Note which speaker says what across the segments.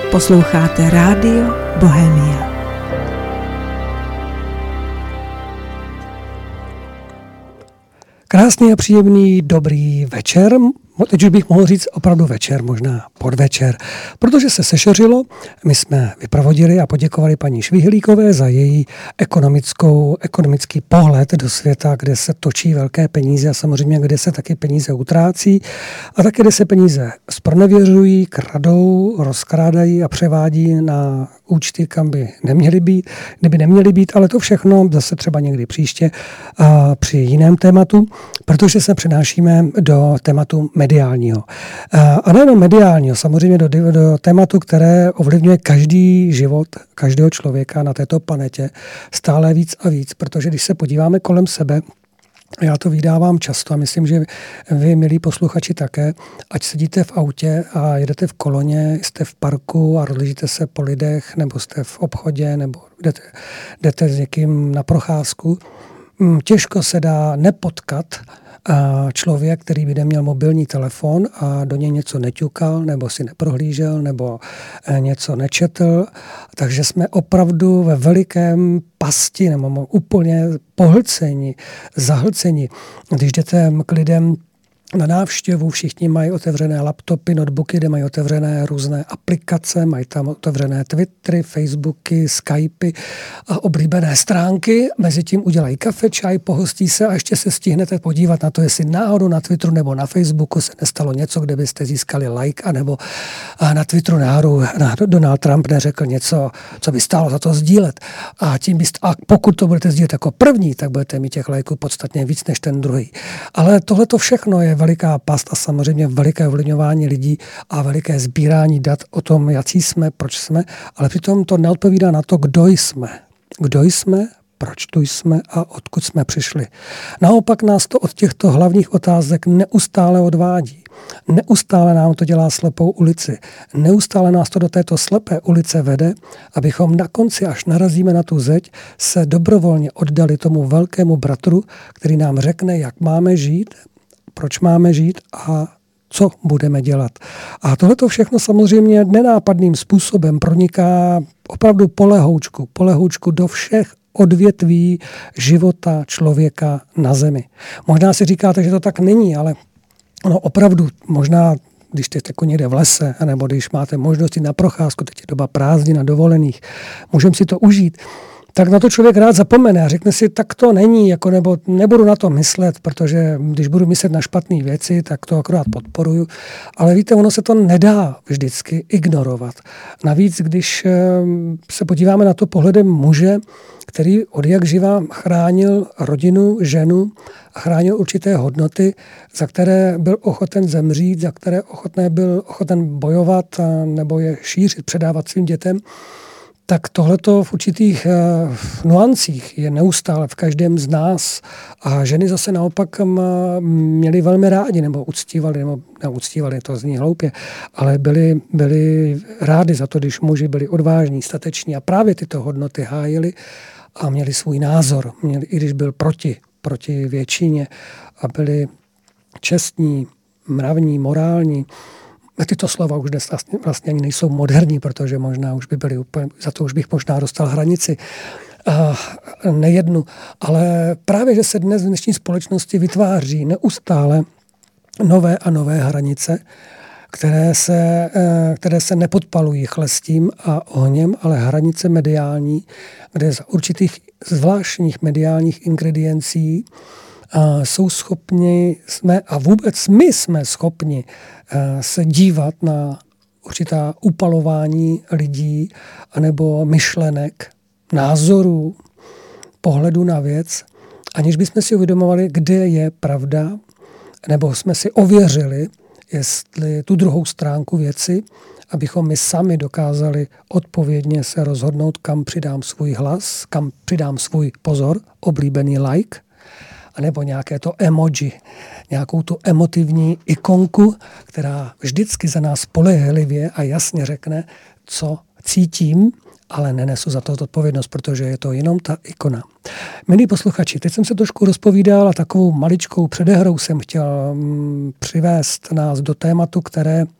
Speaker 1: Posloucháte Rádio Bohemia.
Speaker 2: Krásný a příjemný dobrý večer. Teď už bych mohl říct opravdu večer, možná podvečer, protože se sešeřilo. My jsme vyprovodili a poděkovali paní Švihlíkové za její ekonomický pohled do světa, kde se točí velké peníze a samozřejmě kde se taky peníze utrácí a taky kde se peníze zpronevěřují, kradou, rozkrádají a převádí na účty, kam by neměly být, kdyby neměly být, ale to všechno zase třeba někdy příště při jiném tématu, protože se přenášíme do tématu mediálního. A nejenom mediálního, samozřejmě do tématu, které ovlivňuje každý život každého člověka na této planetě stále víc a víc, protože když se podíváme kolem sebe, já to vydávám často a myslím, že vy, milí posluchači, také, ať sedíte v autě a jedete v koloně, jste v parku a rozlížíte se po lidech, nebo jste v obchodě, nebo jdete s někým na procházku, těžko se dá nepotkat člověk, který by neměl mobilní telefon a do něj něco neťukal, nebo si neprohlížel, nebo něco nečetl. Takže jsme opravdu ve velikém pasti, nebo úplně pohlceni, zahlceni. Když jdete k lidem na návštěvu, všichni mají otevřené laptopy, notebooky, kde mají otevřené různé aplikace, mají tam otevřené Twittery, Facebooky, Skypey a oblíbené stránky. Mezitím udělají kafe, čaj, pohostí se a ještě se stihnete podívat na to, jestli náhodou na Twitteru nebo na Facebooku se nestalo něco, kde byste získali like, anebo na Twitteru náhodou Donald Trump neřekl něco, co by stálo za to sdílet. A pokud to budete sdílet jako první, tak budete mít těch lajků podstatně víc než ten druhý. Ale tohle to všechno je veliká past a samozřejmě veliké ovlivňování lidí a veliké sbírání dat o tom, jaký jsme, proč jsme, ale přitom to neodpovídá na to, kdo jsme. Kdo jsme, proč tu jsme a odkud jsme přišli. Naopak nás to od těchto hlavních otázek neustále odvádí. Neustále nám to dělá slepou ulici. Neustále nás to do této slepé ulice vede, abychom na konci, až narazíme na tu zeď, se dobrovolně oddali tomu velkému bratru, který nám řekne, jak máme žít, proč máme žít a co budeme dělat. A tohleto všechno samozřejmě nenápadným způsobem proniká opravdu polehoučku do všech odvětví života člověka na zemi. Možná si říkáte, že to tak není, ale ono opravdu možná, když jste jako někde v lese, nebo když máte možnosti na procházku, teď je doba prázdnin a dovolených, můžeme si to užít, tak na to člověk rád zapomene a řekne si, tak to není, nebo nebudu na to myslet, protože když budu myslet na špatné věci, tak to akorát podporuju. Ale víte, ono se to nedá vždycky ignorovat. Navíc, když se podíváme na to pohledem muže, který od jak živa chránil rodinu, ženu a chránil určité hodnoty, za které byl ochoten zemřít, za které byl ochoten bojovat nebo je šířit, předávat svým dětem, tak tohleto v určitých nuancích je neustále v každém z nás. A ženy zase naopak měly velmi rádi, nebo uctívali, to zní hloupě, ale byli rádi za to, když muži byli odvážní, stateční a právě tyto hodnoty hájili a měli svůj názor, i když byl proti většině a byli čestní, mravní, morální. Tyto slova už dnes vlastně ani nejsou moderní, protože možná už by byly úplně, za to už bych možná dostal hranici nejednu. Ale právě, že se dnes v dnešní společnosti vytváří neustále nové a nové hranice, které se nepodpalují chlestím a ohněm, ale hranice mediální, kde za určitých zvláštních mediálních ingrediencí my jsme schopni se dívat na určitá upalování lidí anebo myšlenek, názorů, pohledu na věc, aniž bychom si uvědomovali, kde je pravda, nebo jsme si ověřili, jestli tu druhou stránku věci, abychom my sami dokázali odpovědně se rozhodnout, kam přidám svůj hlas, kam přidám svůj pozor, oblíbený like, anebo nějaké to emoji, nějakou tu emotivní ikonku, která vždycky za nás spolehlivě a jasně řekne, co cítím, ale nenesu za to odpovědnost, protože je to jenom ta ikona. Milí posluchači, teď jsem se trošku rozpovídal a takovou maličkou předehrou jsem chtěl přivést nás do tématu, které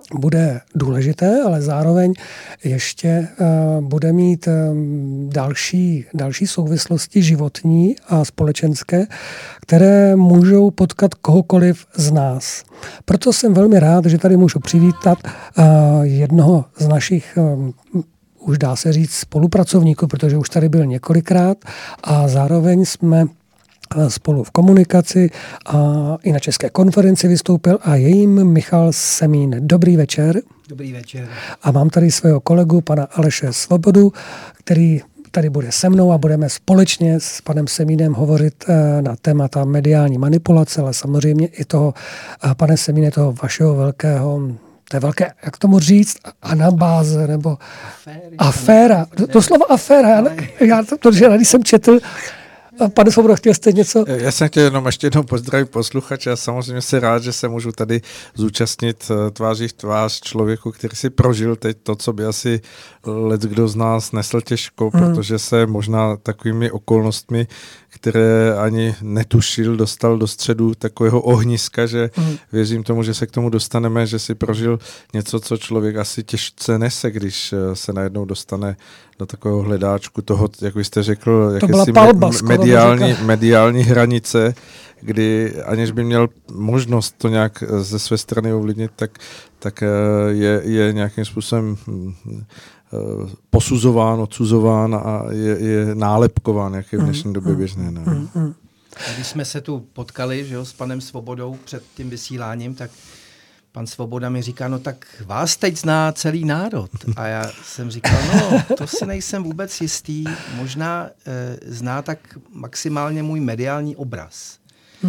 Speaker 2: bude důležité, ale zároveň ještě bude mít další souvislosti životní a společenské, které můžou potkat kohokoliv z nás. Proto jsem velmi rád, že tady můžu přivítat jednoho z našich už dá se říct spolupracovníků, protože už tady byl několikrát a zároveň jsme spolu v komunikaci a i na České konferenci vystoupil a je jím Michal Semín. Dobrý večer.
Speaker 3: Dobrý večer.
Speaker 2: A mám tady svého kolegu, pana Aleše Svobodu, který tady bude se mnou a budeme společně s panem Semínem hovořit na témata mediální manipulace, ale samozřejmě i toho, pane Semíne, toho vašeho velkého, to je velké, jak tomu říct, anabáze, nebo aféra. To slovo aféra, protože když jsem četl, pane Svobodo, chtěl jste něco?
Speaker 4: Já jsem chtěl ještě jednou pozdravit posluchače a samozřejmě jsem rád, že se můžu tady zúčastnit tváří v tvář člověku, který si prožil teď to, co by asi leckdo z nás nesl těžko, protože se možná takovými okolnostmi, které ani netušil, dostal do středu takového ohniska, že věřím tomu, že se k tomu dostaneme, že si prožil něco, co člověk asi těžce nese, když se najednou dostane do takového hledáčku toho, jak vy jste řekl, jakési mediální hranice, kdy aniž by měl možnost to nějak ze své strany ovlivnit, tak je nějakým způsobem posuzován, odsuzován a je nálepkován, jak je v dnešní době běžné.
Speaker 3: Když jsme se tu potkali, že jo, s panem Svobodou před tím vysíláním, tak pan Svoboda mi říká, no tak vás teď zná celý národ. A já jsem říkal, no to si nejsem vůbec jistý, možná zná tak maximálně můj mediální obraz.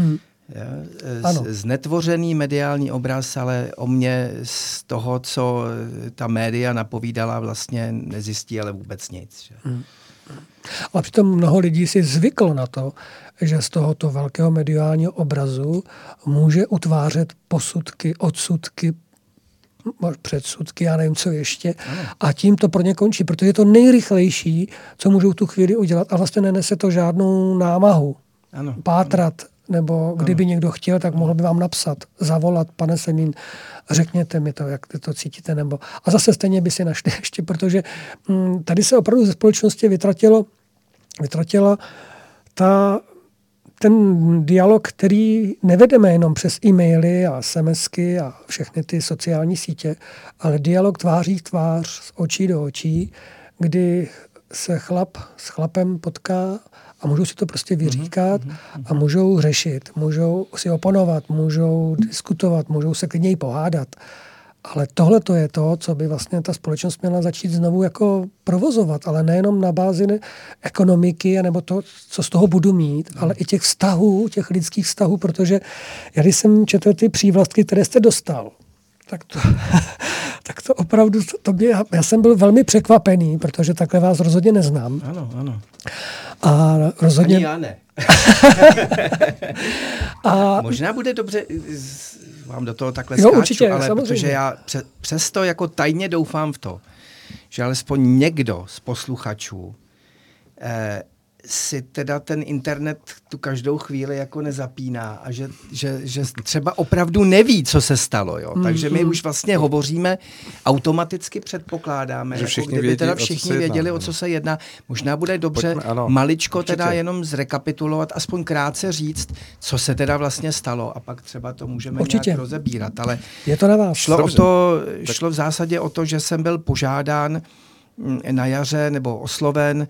Speaker 3: Znetvořený mediální obraz, ale o mě z toho, co ta média napovídala, vlastně nezjistí ale vůbec nic. Že?
Speaker 2: Ale přitom mnoho lidí si zvyklo na to, že z tohoto velkého mediálního obrazu může utvářet posudky, odsudky, předsudky, já nevím, co ještě. A tím to pro ně končí, protože je to nejrychlejší, co můžou tu chvíli udělat a vlastně nenese to žádnou námahu. Pátrat, nebo kdyby někdo chtěl, tak mohl by vám napsat, zavolat, pane Semín, řekněte mi to, jak to cítíte, nebo... A zase stejně by si našli ještě, protože tady se opravdu ze společnosti vytratila ten dialog, který nevedeme jenom přes e-maily a SMSky a všechny ty sociální sítě, ale dialog tváří v tvář, z očí do očí, kdy se chlap s chlapem potká a můžou si to prostě vyříkat a můžou řešit, můžou si oponovat, můžou diskutovat, můžou se klidněji pohádat. Ale tohle to je to, co by vlastně ta společnost měla začít znovu jako provozovat, ale nejenom na bázi ekonomiky, nebo to, co z toho budu mít, ale i těch vztahů, těch lidských vztahů, protože já když jsem četl ty přívlastky, které jste dostal, tak to opravdu, já jsem byl velmi překvapený, protože takhle vás rozhodně neznám.
Speaker 3: Ano.
Speaker 2: A rozhodně...
Speaker 3: Ani já ne. Možná bude dobře vám do toho takhle skáču,
Speaker 2: určitě,
Speaker 3: ale
Speaker 2: samozřejmě.
Speaker 3: protože já přesto jako tajně doufám v to, že alespoň někdo z posluchačů si teda ten internet tu každou chvíli jako nezapíná a že třeba opravdu neví, co se stalo. Jo? Takže my už vlastně hovoříme, automaticky předpokládáme,
Speaker 4: že
Speaker 3: jako kdyby teda všichni věděli, o co se jedná. Možná bude dobře maličko určitě. Teda jenom zrekapitulovat, aspoň krátce říct, co se teda vlastně stalo a pak třeba to můžeme nějak rozebírat. Ale
Speaker 2: je to na vás.
Speaker 3: Šlo v zásadě o to, že jsem byl požádán na jaře nebo osloven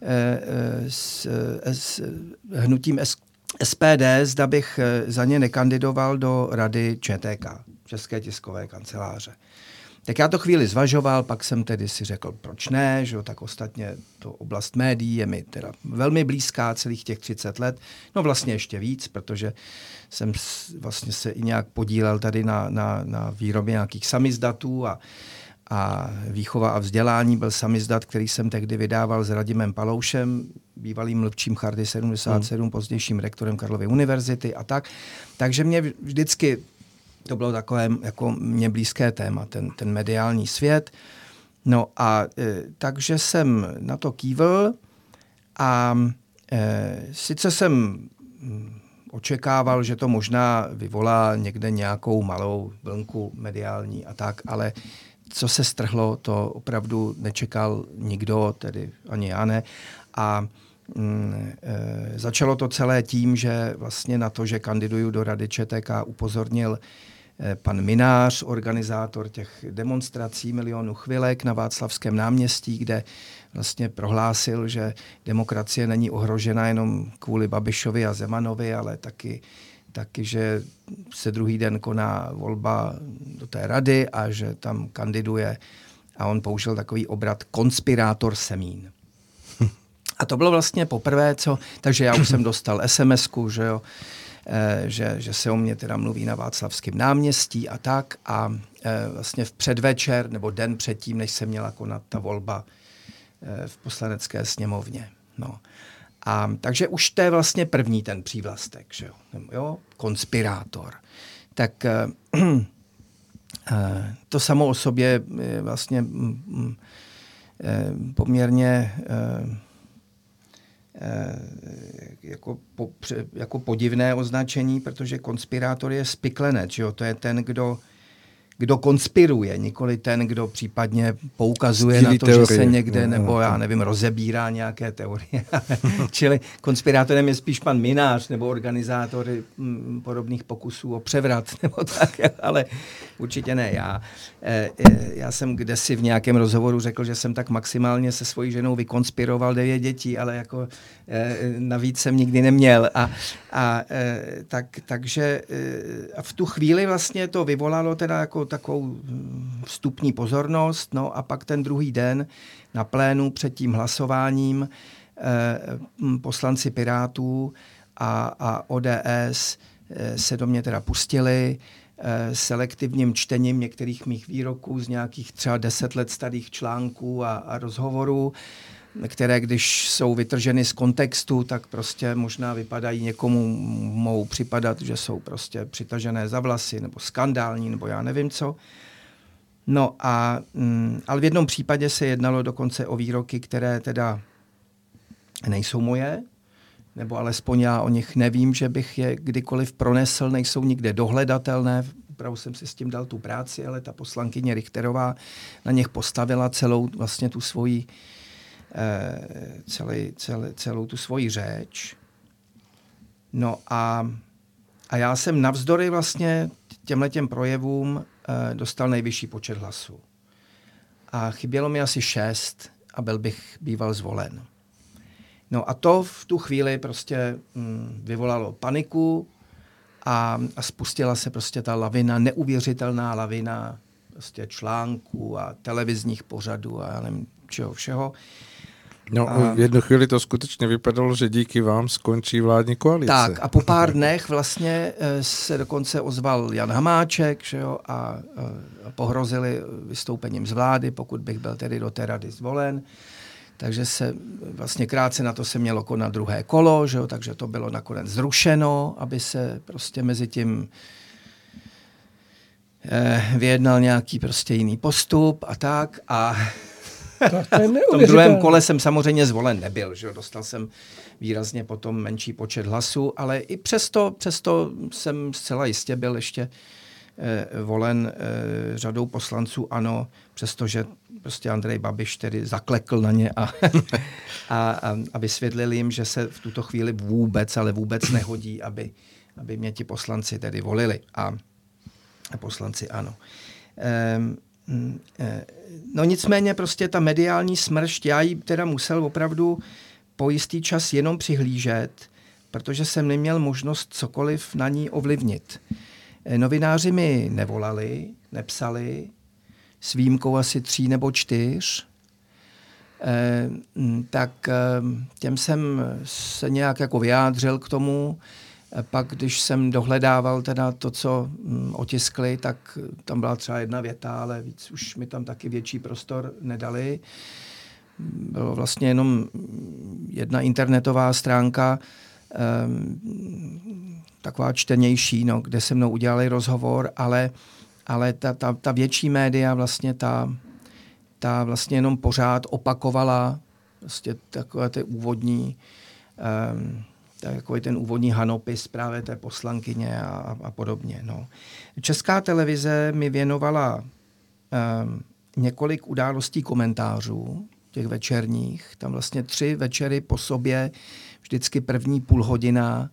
Speaker 3: s hnutím SPD, zda bych za ně nekandidoval do rady ČTK, České tiskové kanceláře. Tak já to chvíli zvažoval, pak jsem tedy si řekl, proč ne, že tak ostatně to oblast médií je mi teda velmi blízká celých těch 30 let, no vlastně ještě víc, protože jsem vlastně se i nějak podílel tady na výrobě nějakých samizdatů a výchova a vzdělání byl samizdat, který jsem tehdy vydával s Radimem Paloušem, bývalým mluvčím Charty 77, pozdějším rektorem Karlovy univerzity a tak. Takže mě vždycky to bylo takové jako mně blízké téma, ten mediální svět. No a takže jsem na to kývl a sice jsem očekával, že to možná vyvolá někde nějakou malou vlnku mediální a tak, ale co se strhlo, to opravdu nečekal nikdo, tedy ani já ne. A začalo to celé tím, že vlastně na to, že kandiduju do Rady ČTK, upozornil pan Minář, organizátor těch demonstrací Milionu chvilek na Václavském náměstí, kde vlastně prohlásil, že demokracie není ohrožena jenom kvůli Babišovi a Zemanovi, ale taky, že se druhý den koná volba do té rady a že tam kandiduje. A on použil takový obrat konspirátor Semín. A to bylo vlastně poprvé, takže já už jsem dostal SMS-ku, že jo, že se o mě teda mluví na Václavském náměstí a tak. A vlastně v předvečer nebo den předtím, než se měla konat ta volba v Poslanecké sněmovně. No. A takže už to je vlastně první ten přívlastek, že jo, konspirátor. Tak to samo o sobě je vlastně poměrně jako podivné označení, protože konspirátor je spiklenec, že jo? To je ten, kdo konspiruje, nikoli ten, kdo případně poukazuje na to, teorie, že se někde, nebo já nevím, rozebírá nějaké teorie. Čili konspirátorem je spíš pan Minář nebo organizátory podobných pokusů o převrat, nebo tak, ale určitě ne já. Já jsem kdesi v nějakém rozhovoru řekl, že jsem tak maximálně se svojí ženou vykonspiroval 9 dětí, ale jako navíc jsem nikdy neměl. Takže v tu chvíli vlastně to vyvolalo teda jako takovou vstupní pozornost, no a pak ten druhý den na plénu před tím hlasováním poslanci Pirátů a ODS se do mě teda pustili selektivním čtením některých mých výroků z nějakých třeba 10 let starých článků a rozhovorů, které když jsou vytrženy z kontextu, tak prostě možná vypadají někomu, mohou připadat, že jsou prostě přitažené za vlasy nebo skandální, nebo já nevím co. No ale v jednom případě se jednalo dokonce o výroky, které teda nejsou moje, nebo alespoň já o nich nevím, že bych je kdykoliv pronesl, nejsou nikde dohledatelné. Opravdu jsem si s tím dal tu práci, ale ta poslankyně Richterová na něch postavila celou vlastně tu svoji celou tu svoji řeč. No a já jsem navzdory vlastně těmhletěm projevům dostal nejvyšší počet hlasů. A chybělo mi asi 6 a byl bych býval zvolen. No a to v tu chvíli prostě vyvolalo paniku a spustila se prostě ta lavina, neuvěřitelná lavina prostě článků a televizních pořadů a já nevím čeho všeho.
Speaker 4: No, v jednu chvíli to skutečně vypadalo, že díky vám skončí vládní koalice.
Speaker 3: Tak a po pár dnech vlastně se dokonce ozval Jan Hamáček, že jo, a pohrozili vystoupením z vlády, pokud bych byl tedy do té rady zvolen. Takže se vlastně krátce na to se mělo konat druhé kolo, že jo, takže to bylo nakonec zrušeno, aby se prostě mezi tím vyjednal nějaký prostě jiný postup a tak a v tom druhém kole jsem samozřejmě zvolen nebyl, že jo? Dostal jsem výrazně potom menší počet hlasů, ale i přesto jsem zcela jistě byl ještě volen řadou poslanců ANO, přestože prostě Andrej Babiš tedy zaklekl na ně a vysvětlil jim, že se v tuto chvíli vůbec nehodí, aby mě ti poslanci tedy volili a poslanci ANO. No nicméně prostě ta mediální smršť, já ji teda musel opravdu po jistý čas jenom přihlížet, protože jsem neměl možnost cokoliv na ní ovlivnit. Novináři mi nevolali, nepsali, s výjimkou asi 3 nebo 4, tak těm jsem se nějak jako vyjádřil k tomu. Pak, když jsem dohledával teda to, co otiskli, tak tam byla třeba 1 věta, ale víc už mi tam taky větší prostor nedali. Bylo vlastně jenom 1 internetová stránka, taková čtenější, no, kde se mnou udělali rozhovor, ale ta větší média vlastně ta vlastně jenom pořád opakovala vlastně takové ty úvodní takový ten úvodní hanopis právě té poslankyně a podobně. No. Česká televize mi věnovala několik událostí komentářů, těch večerních, tam vlastně 3 večery po sobě, vždycky první půl hodina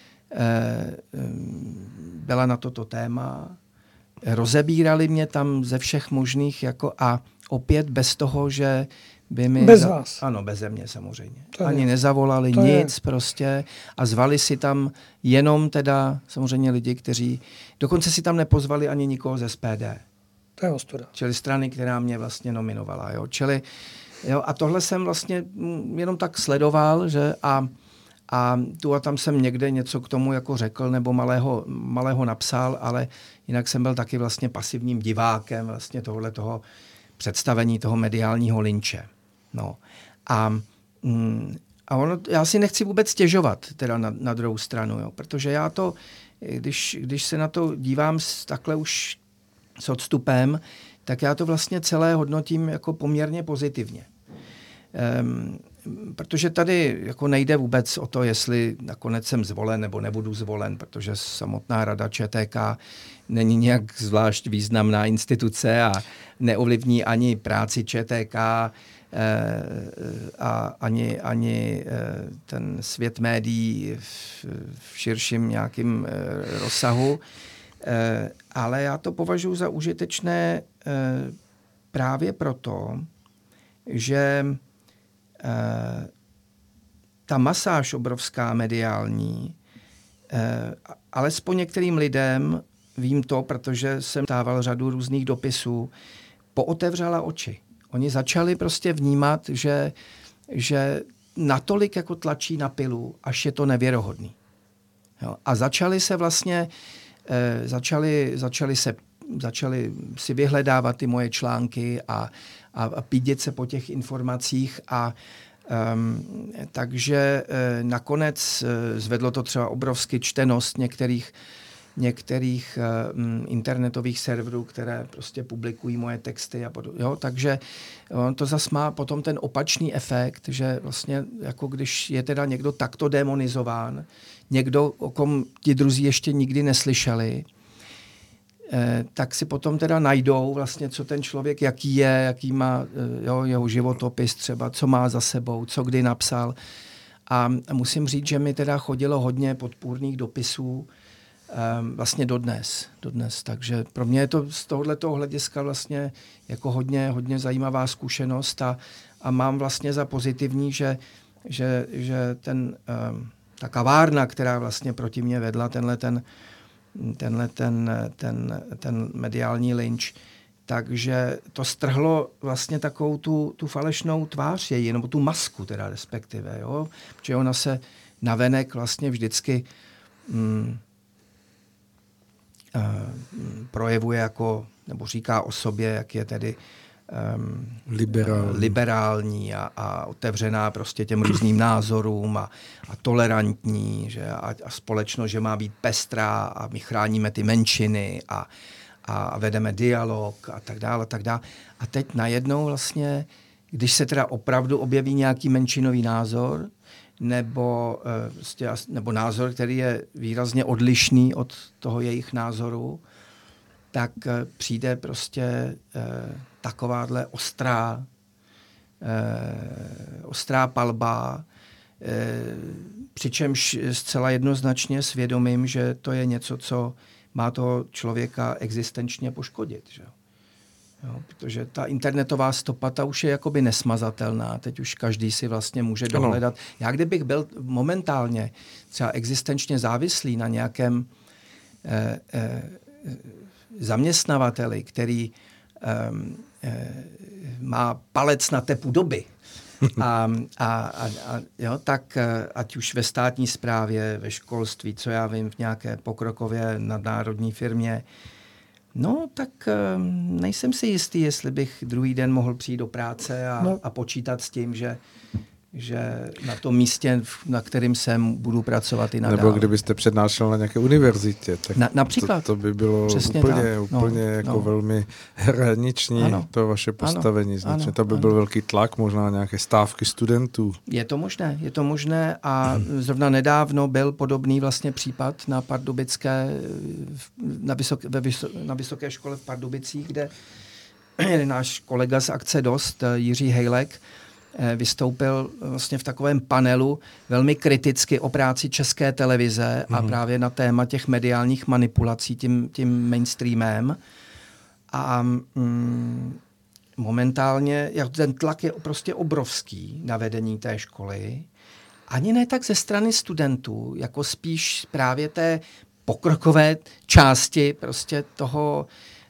Speaker 3: byla na toto téma. Rozebírali mě tam ze všech možných, jako a opět bez toho, že by mi...
Speaker 2: Bez vás.
Speaker 3: Ano, beze mě samozřejmě.
Speaker 2: To
Speaker 3: Ani nezavolali nic prostě a zvali si tam jenom teda samozřejmě lidi, kteří... Dokonce si tam nepozvali ani nikoho z SPD.
Speaker 2: To je ostuda.
Speaker 3: Čili strany, která mě vlastně nominovala. Jo. Čili, jo, a tohle jsem vlastně jenom tak sledoval, že a tu a tam jsem někde něco k tomu jako řekl nebo malého napsal, ale jinak jsem byl taky vlastně pasivním divákem vlastně toho představení toho mediálního lynče. No. A ono, já si nechci vůbec stěžovat teda na druhou stranu, jo, protože já to, když se na to dívám takhle už s odstupem, tak já to vlastně celé hodnotím jako poměrně pozitivně. Protože tady jako nejde vůbec o to, jestli nakonec jsem zvolen nebo nebudu zvolen, protože samotná rada ČTK není nějak zvlášť významná instituce a neovlivní ani práci ČTK a ani ten svět médií v širším nějakým rozsahu. Ale já to považuji za užitečné právě proto, že ta masáž obrovská mediální, alespoň některým lidem, vím to, protože jsem dával řadu různých dopisů, pootevřela oči. Oni začali prostě vnímat, že natolik jako tlačí na pilu, až je to nevěrohodný. Jo? A začali se vlastně začali si vyhledávat ty moje články a pídět se po těch informacích takže nakonec zvedlo to třeba obrovsky čtenost některých internetových serverů, které prostě publikují moje texty a podobně. Takže to zas má potom ten opačný efekt, že vlastně jako když je teda někdo takto demonizován, někdo, o kom ti druzí ještě nikdy neslyšeli, tak si potom teda najdou vlastně, co ten člověk, jaký je, jaký má jeho životopis třeba, co má za sebou, co kdy napsal. A musím říct, že mi teda chodilo hodně podpůrných dopisů vlastně dodnes. Takže pro mě je to z tohoto hlediska vlastně jako hodně zajímavá zkušenost a mám vlastně za pozitivní, že ta kavárna, která vlastně proti mě vedla ten mediální lynč, takže to strhlo vlastně takovou tu falešnou tvář její, nebo tu masku teda respektive, jo? Protože ona se navenek vlastně vždycky projevuje jako, nebo říká o sobě, jak je tedy liberální a otevřená prostě těm různým názorům a tolerantní, že a společnost, že má být pestrá a my chráníme ty menšiny a vedeme dialog a tak dále. A teď najednou vlastně, když se teda opravdu objeví nějaký menšinový názor, nebo názor, který je výrazně odlišný od toho jejich názoru, tak přijde prostě takováhle ostrá palba, přičemž zcela jednoznačně svědomím, že to je něco, co má toho člověka existenčně poškodit. Že? Jo, protože ta internetová stopa, ta už je jakoby nesmazatelná. Teď už každý si vlastně může dohledat. Já kdybych byl momentálně třeba existenčně závislý na nějakém zaměstnavateli, který má palec na tepu doby, tak ať už ve státní správě, ve školství, co já vím, v nějaké pokrokově nadnárodní firmě, no tak nejsem si jistý, jestli bych druhý den mohl přijít do práce a počítat s tím, že že na tom místě, na kterým jsem, budu pracovat i nadále.
Speaker 4: Nebo kdybyste přednášel na nějaké univerzitě, tak
Speaker 3: například.
Speaker 4: To by bylo úplně velmi hraniční, to vaše postavení. To by byl velký tlak, možná nějaké stávky studentů.
Speaker 3: Je to možné a zrovna nedávno byl podobný vlastně případ na Pardubické, na Vysoké škole v Pardubicích, kde náš kolega z Akce Dost, Jiří Hejlek, vystoupil vlastně v takovém panelu velmi kriticky o práci České televize a právě na téma těch mediálních manipulací tím mainstreamem. A momentálně ten tlak je prostě obrovský na vedení té školy. Ani ne tak ze strany studentů, jako spíš právě té pokrokové části prostě toho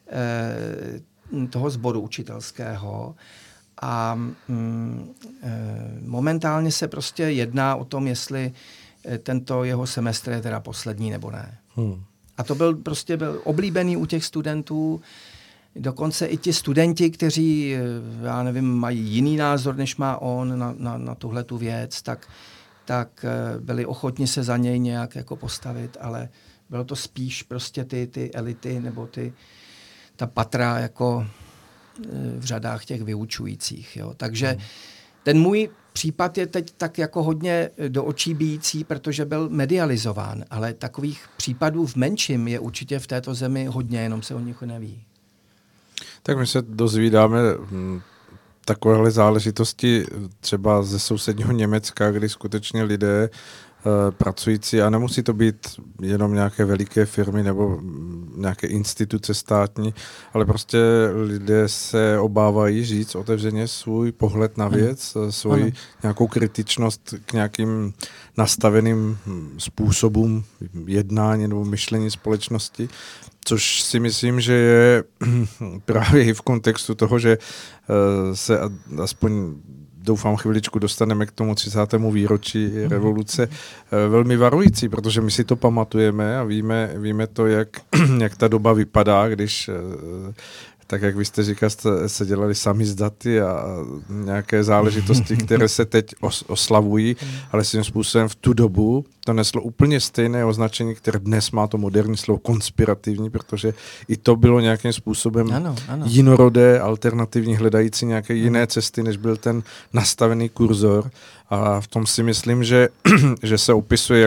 Speaker 3: sboru učitelského. A momentálně se prostě jedná o tom, jestli tento jeho semestr je teda poslední nebo ne. A to byl oblíbený u těch studentů, dokonce i ti studenti, kteří, já nevím, mají jiný názor, než má on na tuhletu věc, tak byli ochotni se za něj nějak jako postavit, ale bylo to spíš prostě ty elity nebo ta patra jako v řadách těch vyučujících. Jo. Takže ten můj případ je teď tak jako hodně do očí bijící, protože byl medializován, ale takových případů v menším je určitě v této zemi hodně, jenom se o nich neví.
Speaker 4: Tak my se dozvídáme takovéhle záležitosti třeba ze sousedního Německa, kdy skutečně lidé pracující, a nemusí to být jenom nějaké veliké firmy nebo nějaké instituce státní, ale prostě lidé se obávají říct otevřeně svůj pohled na věc, svoji nějakou kritičnost k nějakým nastaveným způsobům jednání nebo myšlení společnosti, což si myslím, že je právě i v kontextu toho, že se aspoň doufám chviličku dostaneme k tomu 30. výročí revoluce, velmi varující, protože my si to pamatujeme a víme to, jak ta doba vypadá, když tak jak vy jste říkal, se dělali sami z daty a nějaké záležitosti, které se teď oslavují, ale svým způsobem v tu dobu to neslo úplně stejné označení, které dnes má to moderní slovo konspirativní, protože i to bylo nějakým způsobem jinorodé, alternativní, hledající nějaké jiné cesty, než byl ten nastavený kurzor. A v tom si myslím, že se opisuje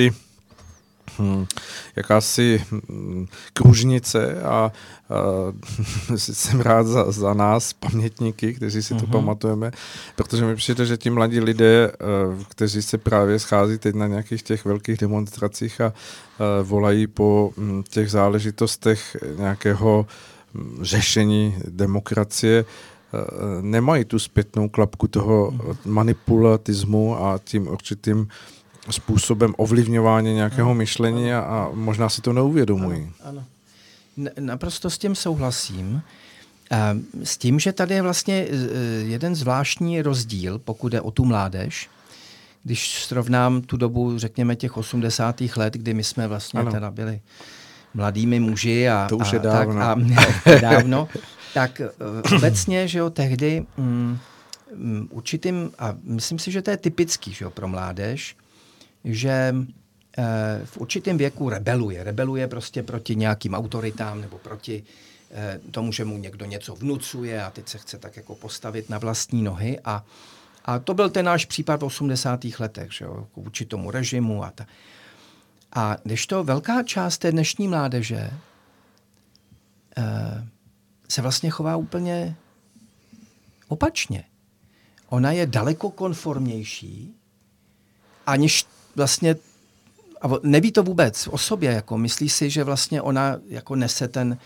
Speaker 4: jakási kružnice a jsem rád za nás, pamětníky, kteří si to pamatujeme, protože mi přijde, že ti mladí lidé, kteří se právě schází teď na nějakých těch velkých demonstracích a volají po těch záležitostech nějakého řešení demokracie, nemají tu zpětnou klapku toho manipulatismu a tím určitým způsobem ovlivňování nějakého myšlení a možná si to neuvědomují.
Speaker 3: Ano. Naprosto s tím souhlasím. S tím, že tady je vlastně jeden zvláštní rozdíl, pokud je o tu mládež. Když srovnám tu dobu, řekněme, těch 80. let, kdy my jsme vlastně teda byli mladými muži
Speaker 4: to už je dávno.
Speaker 3: Dávno, tak obecně, že jo, tehdy určitým, a myslím si, že to je typický, že jo, pro mládež, že v určitém věku rebeluje prostě proti nějakým autoritám nebo proti tomu, že mu někdo něco vnucuje a teď se chce tak jako postavit na vlastní nohy a to byl ten náš případ v 80. letech, že jo, vůči tomu režimu a kdežto velká část té dnešní mládeže se vlastně chová úplně opačně. Ona je daleko konformnější, aniž vlastně, a neví to vůbec o sobě, jako myslí si, že vlastně ona jako nese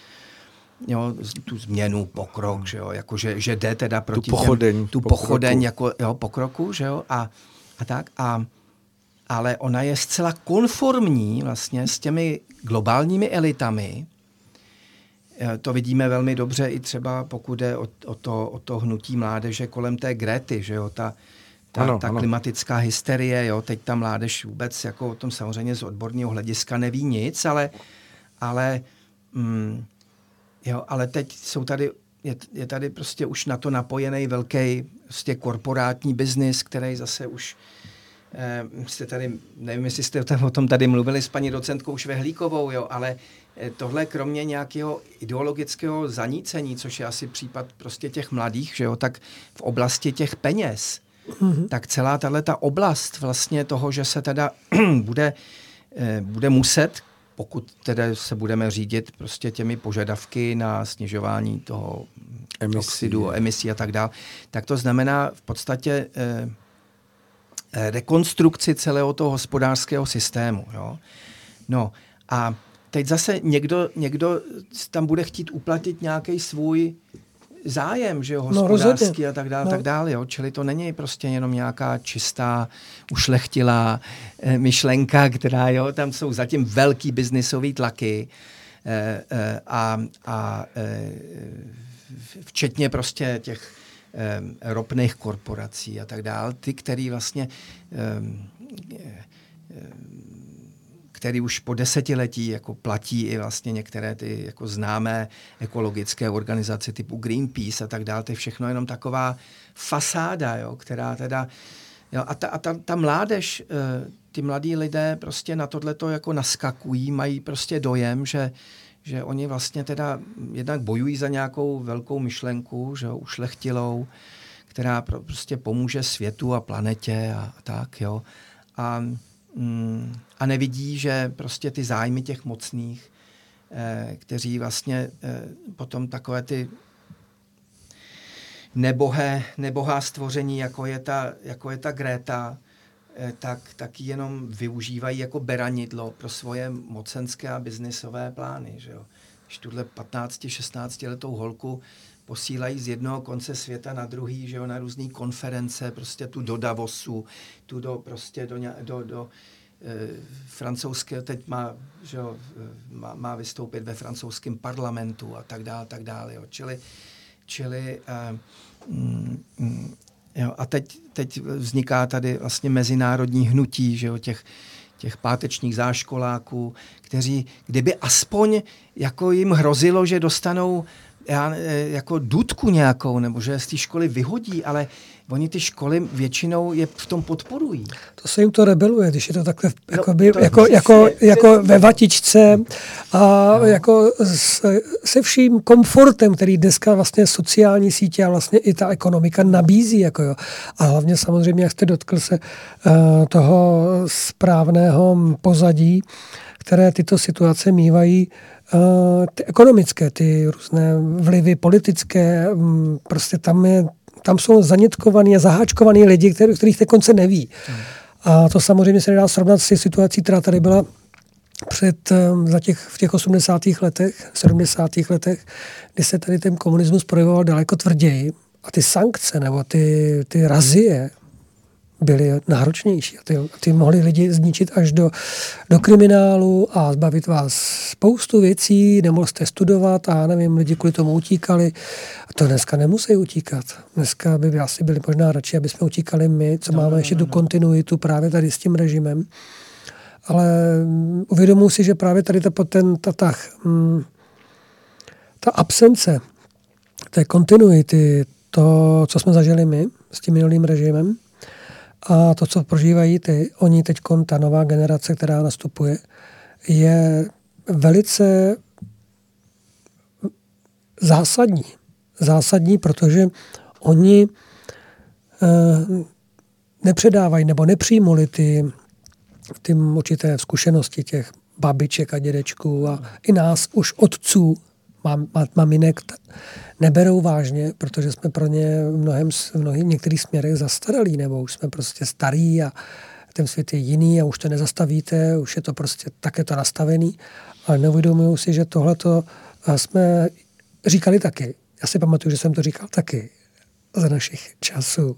Speaker 3: tu změnu, pokrok, že jo, jako že jde teda proti tu pochodeň jako pokroku, že jo, a tak, ale ona je zcela konformní vlastně s těmi globálními elitami. To vidíme velmi dobře i třeba pokud jde o to hnutí mládeže kolem té Grety, že jo, ta klimatická hysterie, jo, teď ta mládež vůbec jako o tom samozřejmě z odborného hlediska neví nic, ale teď jsou tady je tady prostě už na to napojený velký prostě korporátní biznis, který zase už jste tady, nevím, jestli jste o tom tady mluvili s paní docentkou Švehlíkovou, jo, ale tohle kromě nějakého ideologického zanícení, což je asi případ prostě těch mladých, že jo, tak v oblasti těch peněz, tak celá tato oblast vlastně toho, že se teda bude muset, pokud teda se budeme řídit prostě těmi požadavky na snižování toho oxidu, emisí a tak dále, tak to znamená v podstatě rekonstrukci celého toho hospodářského systému. Jo? No a teď zase někdo tam bude chtít uplatnit nějaký svůj zájem, že jo, hospodářský a tak dále, tak dále, jo. Čili to není prostě jenom nějaká čistá, ušlechtilá myšlenka, která, jo, tam jsou zatím velký biznisový tlaky a včetně prostě těch ropných korporací a tak dále, ty, který vlastně který už po desetiletí jako platí i vlastně některé ty jako známé ekologické organizace typu Greenpeace a tak dále, to je všechno jenom taková fasáda, jo, která teda, jo, a ta mládež, ty mladí lidé prostě na tohleto jako naskakují, mají prostě dojem, že oni vlastně teda jednak bojují za nějakou velkou myšlenku, že jo, ušlechtilou, která prostě pomůže světu a planetě a tak, jo. A nevidí, že prostě ty zájmy těch mocných, kteří vlastně potom takové ty nebohá stvoření, jako je ta Greta, tak ji jenom využívají jako beranidlo pro svoje mocenské a biznisové plány. Že jo? Když tuhle 15-16 letou holku posílají z jednoho konce světa na druhý, že jo, na různý konference, prostě tu do Davosu, tu do francouzské, teď má vystoupit ve francouzském parlamentu a tak dále. Jo. Čili jo, a teď vzniká tady vlastně mezinárodní hnutí, že jo, těch pátečních záškoláků, kteří, kdyby aspoň jako jim hrozilo, že dostanou jako dudku nějakou, nebo že z té školy vyhodí, ale oni ty školy většinou je v tom podporují.
Speaker 2: To se jim to rebeluje, když je to takhle jako ve vatičce a jako se vším komfortem, který dneska vlastně sociální sítě a vlastně i ta ekonomika nabízí. Jako jo. A hlavně samozřejmě, jak jste dotkl se toho správného pozadí, které tyto situace mívají, ty ekonomické, ty různé vlivy politické, prostě tam jsou zanětkovaní a zaháčkovaní lidi, kterých té konce neví. A to samozřejmě se nedá srovnat s situací, která tady byla v těch 80. letech, 70. letech, kdy se tady ten komunismus projevoval daleko tvrději a ty sankce nebo ty razie byly náročnější. A ty mohly lidi zničit až do kriminálu a zbavit vás spoustu věcí, nemohli jste studovat a nevím, lidi kvůli tomu utíkali. A to dneska nemusí utíkat. Dneska by asi byli možná radši, aby jsme utíkali my, co máme ještě tu kontinuitu právě tady s tím režimem. Ale uvědomuji si, že právě tady ta absence té kontinuity, to, co jsme zažili my s tím minulým režimem, a to, co prožívají oni teď, ta nová generace, která nastupuje, je velice zásadní. Zásadní, protože oni nepředávají nebo nepřijmuli ty určité zkušenosti těch babiček a dědečků a i nás už otců, maminek, neberou vážně, protože jsme pro ně v některých směrech zastaralí, nebo už jsme prostě starý a ten svět je jiný a už to nezastavíte, už je to prostě také to nastavený. Ale neuvědomuju si, že tohleto jsme říkali taky. Já si pamatuju, že jsem to říkal taky za našich časů.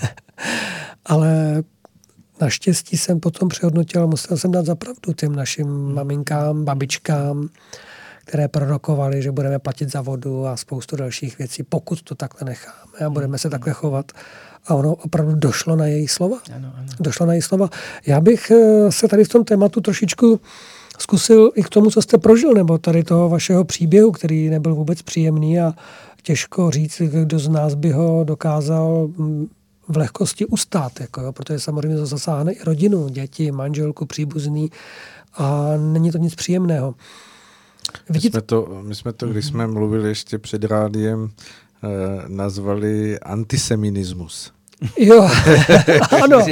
Speaker 2: Ale naštěstí jsem potom přehodnotil a musel jsem dát za pravdu těm našim maminkám, babičkám, které prorokovaly, že budeme platit za vodu a spoustu dalších věcí, pokud to takhle necháme a budeme se takhle chovat. A ono opravdu došlo na její slova.
Speaker 3: Ano.
Speaker 2: Došlo na její slova. Já bych se tady v tom tématu trošičku zkusil i k tomu, co jste prožil, nebo tady toho vašeho příběhu, který nebyl vůbec příjemný a těžko říct, kdo z nás by ho dokázal v lehkosti ustát, jako jo, protože samozřejmě to zasáhne i rodinu, děti, manželku, příbuzný a není to nic příjemného.
Speaker 4: My jsme to, když jsme mluvili ještě před rádiem, nazvali antisemitismus.
Speaker 2: Jo, ano.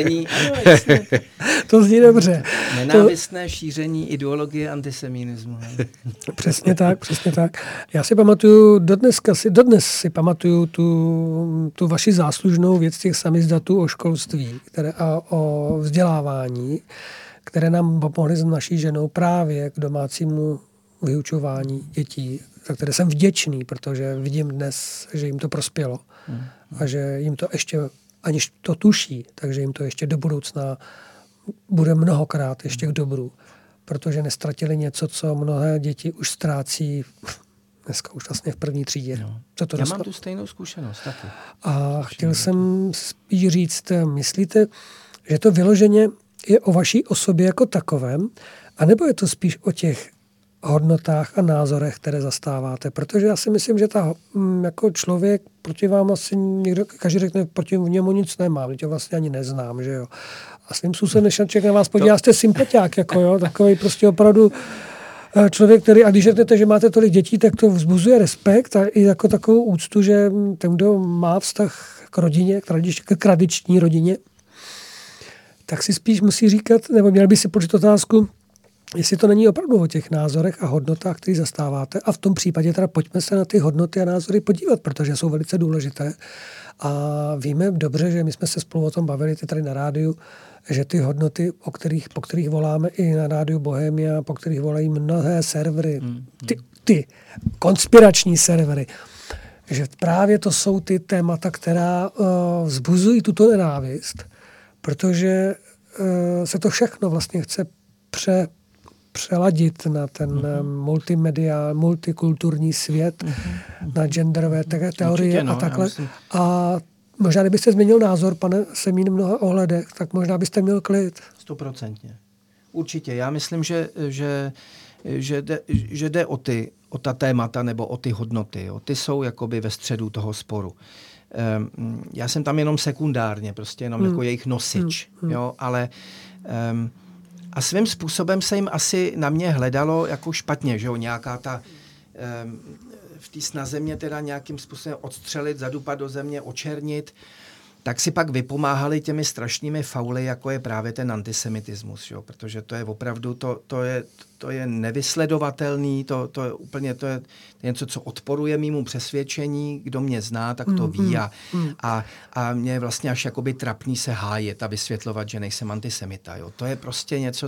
Speaker 2: To zní dobře.
Speaker 3: Nenávistné šíření ideologie antisemitismu.
Speaker 2: Přesně tak. Já si pamatuju, dodnes si pamatuju tu vaši záslužnou věc těch samizdatů o školství a o vzdělávání, které nám pomohly s naší ženou právě k domácímu vyučování dětí, za které jsem vděčný, protože vidím dnes, že jim to prospělo a že jim to ještě, aniž to tuší, takže jim to ještě do budoucna bude mnohokrát ještě k dobru, protože nestratili něco, co mnohé děti už ztrácí dneska už vlastně v první třídě.
Speaker 3: No. Já mám tu stejnou zkušenost taky.
Speaker 2: A chtěl jsem spíš říct, myslíte, že to vyloženě je o vaší osobě jako takovém, anebo je to spíš o těch hodnotách a názorech, které zastáváte? Protože já si myslím, že jako člověk proti vám asi někdo, každý řekne, proti němu nic nemám, teď ho vlastně ani neznám, že jo. A svým způsobem, než člověk na vás podívá, jste sympatiák, jako jo, takový prostě opravdu člověk, který, a když řeknete, že máte tolik dětí, tak to vzbuzuje respekt a i jako takovou úctu, že ten, kdo má vztah k rodině, k tradiční rodině, tak si spíš musí říkat, nebo měl by si položit otázku, jestli to není opravdu o těch názorech a hodnotách, které zastáváte. A v tom případě teda pojďme se na ty hodnoty a názory podívat, protože jsou velice důležité. A víme dobře, že my jsme se spolu o tom bavili tady na rádiu, že ty hodnoty, po kterých voláme i na rádiu Bohemia, po kterých volají mnohé servery, ty konspirační servery, že právě to jsou ty témata, která vzbuzují tuto nenávist, protože se to všechno vlastně chce přeladit na ten multikulturní svět, na genderové teorie a takhle. A možná, kdybyste změnil názor, pane Semín, v mnoha ohledech, tak možná byste měl klid.
Speaker 3: 100%. Určitě. Já myslím, že jde o ta témata nebo o ty hodnoty. Jo. Ty jsou jakoby ve středu toho sporu. Já jsem tam jenom sekundárně, prostě jenom jako jejich nosič. Jo, ale a svým způsobem se jim asi na mě hledalo jako špatně, že jo, nějaká ta v té snaze mě teda nějakým způsobem odstřelit, zadupat do země, očernit, tak si pak vypomáhali těmi strašnými fauly, jako je právě ten antisemitismus, jo? Protože to je opravdu, to je nevysledovatelný, to je úplně, to je něco, co odporuje mému přesvědčení, kdo mě zná, tak to ví a mě je vlastně až jakoby trapný se hájet a vysvětlovat, že nejsem antisemita, jo? To je prostě něco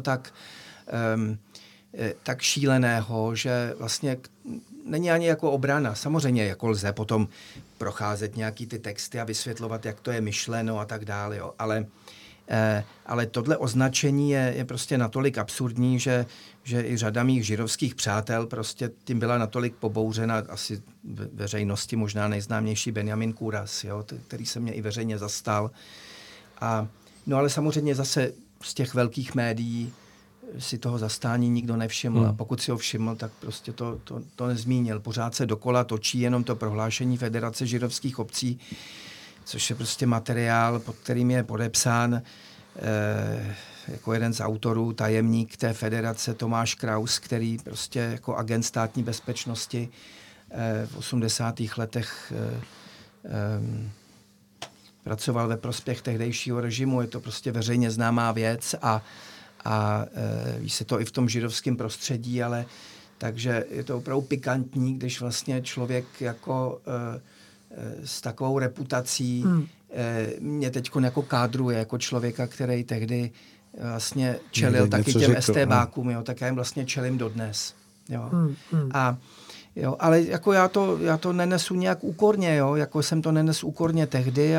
Speaker 3: tak šíleného, že vlastně není ani jako obrana. Samozřejmě jako lze potom procházet nějaký ty texty a vysvětlovat, jak to je myšleno a tak dále. Jo. Ale tohle označení je prostě natolik absurdní, že i řada mých židovských přátel prostě tím byla natolik pobouřena, asi veřejnosti možná nejznámější Benjamin Kuras, jo, který se mě i veřejně zastal. No ale samozřejmě zase z těch velkých médií si toho zastání nikdo nevšiml. A pokud si ho všiml, tak prostě to nezmínil. Pořád se dokola točí jenom to prohlášení Federace židovských obcí, což je prostě materiál, pod kterým je podepsán jako jeden z autorů, tajemník té federace Tomáš Kraus, který prostě jako agent státní bezpečnosti v 80. letech pracoval ve prospěch tehdejšího režimu. Je to prostě veřejně známá věc a ví se to i v tom židovském prostředí, ale takže je to opravdu pikantní, když vlastně člověk jako s takovou reputací mě teďko jako kádruje, jako člověka, který tehdy vlastně čelil taky těm STBákům, jo, tak já jim vlastně čelím dodnes. Jo. Jo, ale jako já to nenesu nějak úkorně, jo, jako jsem to nenes úkorně tehdy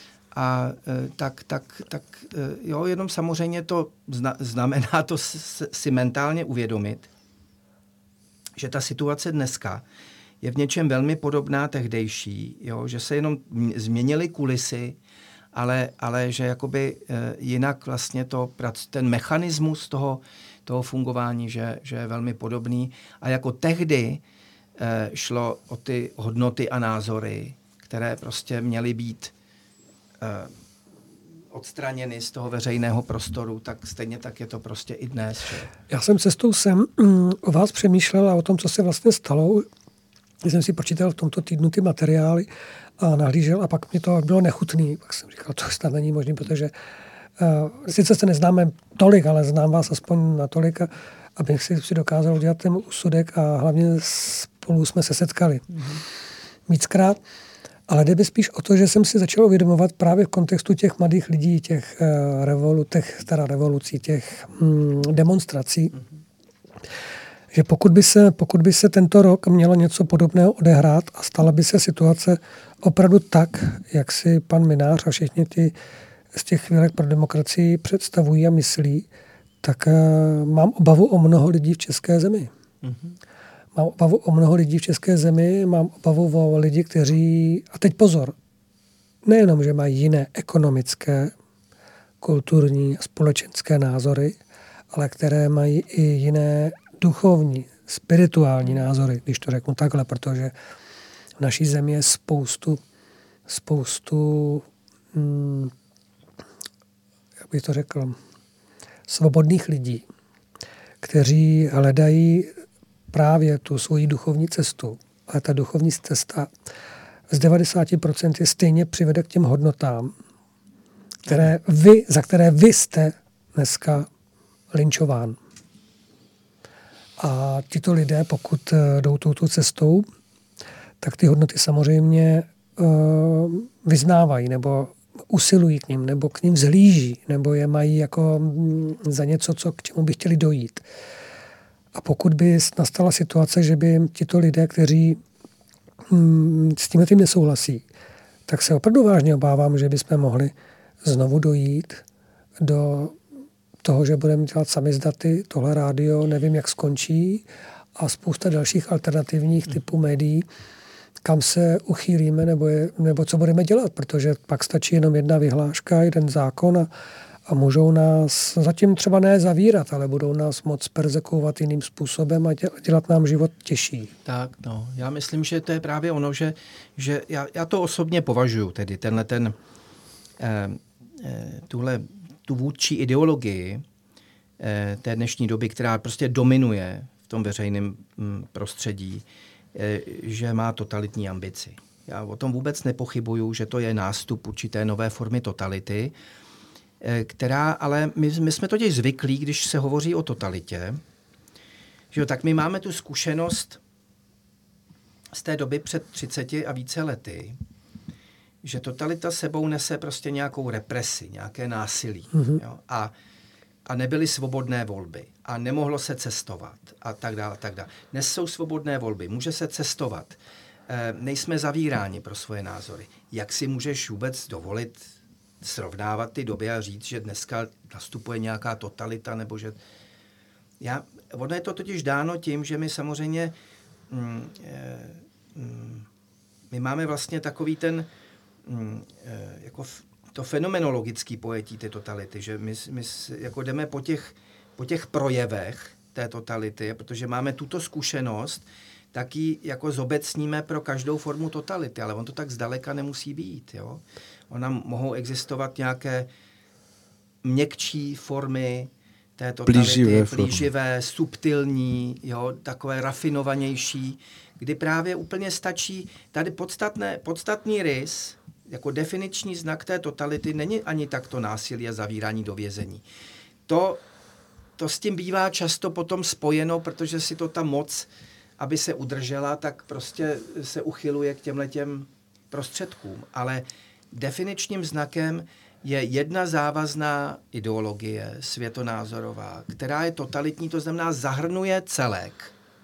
Speaker 3: tak jo, jenom samozřejmě to znamená to si mentálně uvědomit, že ta situace dneska je v něčem velmi podobná tehdejší, jo, že se jenom změnily kulisy, ale že jakoby jinak vlastně ten mechanismus toho fungování, že je velmi podobný. A jako tehdy šlo o ty hodnoty a názory, které prostě měly být odstraněny z toho veřejného prostoru, tak stejně tak je to prostě i dnes. Že?
Speaker 2: Já jsem cestou sem o vás přemýšlel a o tom, co se vlastně stalo. Když jsem si počítal v tomto týdnu ty materiály a nahlížel a pak mě to bylo nechutný. Pak jsem říkal, to snad není možný, protože sice se neznáme tolik, ale znám vás aspoň natolik, abych si dokázal udělat ten úsudek a hlavně spolu jsme se setkali. Víckrát. Ale jde by spíš o to, že jsem si začal uvědomovat právě v kontextu těch mladých lidí, těch revolucí, těch demonstrací, že pokud by se tento rok mělo něco podobného odehrát a stala by se situace opravdu tak, jak si pan Minář a všichni ty z těch chvílek pro demokracii představují a myslí, tak mám obavu o mnoho lidí v české zemi. Mám obavu o mnoho lidí v české zemi, mám obavu o lidi, kteří, a teď pozor, nejenom, že mají jiné ekonomické, kulturní a společenské názory, ale které mají i jiné duchovní, spirituální názory, když to řeknu takhle, protože v naší zemi je spoustu jak bych to řekl, svobodných lidí, kteří hledají právě tu svoji duchovní cestu. Ale ta duchovní cesta z 90% je stejně přivede k těm hodnotám, za které vy jste dneska lynčován. A tito lidé, pokud jdou touto cestou, tak ty hodnoty samozřejmě vyznávají, nebo usilují k nim, nebo k nim vzhlíží, nebo je mají jako za něco, k čemu by chtěli dojít. A pokud by nastala situace, že by tito lidé, kteří s tím nesouhlasí, tak se opravdu vážně obávám, že bychom mohli znovu dojít do toho, že budeme dělat samizdaty, tohle rádio, nevím, jak skončí, a spousta dalších alternativních typů médií, kam se uchýlíme nebo co budeme dělat, protože pak stačí jenom jedna vyhláška, jeden zákon a můžou nás zatím třeba ne zavírat, ale budou nás moc perzekovat jiným způsobem a dělat nám život těžší.
Speaker 3: Tak, no. Já myslím, že to je právě ono, že já to osobně považuji, tedy tu vůdčí ideologii té dnešní doby, která prostě dominuje v tom veřejném prostředí, že má totalitní ambici. Já o tom vůbec nepochybuju, že to je nástup určité nové formy totality, která, ale my jsme totiž zvyklí, když se hovoří o totalitě, že jo, tak my máme tu zkušenost z té doby před 30 a více lety, že totalita sebou nese prostě nějakou represi, nějaké násilí. Jo? A nebyly svobodné volby. A nemohlo se cestovat. A tak dále, tak dále. Dnes jsou svobodné volby. Může se cestovat. Nejsme zavíráni pro svoje názory. Jak si můžeš vůbec dovolit srovnávat ty doby a říct, že dneska nastupuje nějaká totalita, nebo že... Ono je to totiž dáno tím, že my samozřejmě my máme vlastně takový ten jako to fenomenologický pojetí té totality, že my jako jdeme po těch projevech té totality, protože máme tuto zkušenost, tak ji jako zobecníme pro každou formu totality, ale on to tak zdaleka nemusí být. Jo? Ona mohou existovat nějaké měkčí formy té totality, plíživé, subtilní, jo? Takové rafinovanější, kdy právě úplně stačí tady podstatný rys, jako definiční znak té totality není ani takto násilí a zavírání do vězení. To s tím bývá často potom spojeno, protože si to ta moc, aby se udržela, tak prostě se uchyluje k těmhletěm prostředkům. Ale definičním znakem je jedna závazná ideologie světonázorová, která je totalitní, to znamená zahrnuje celek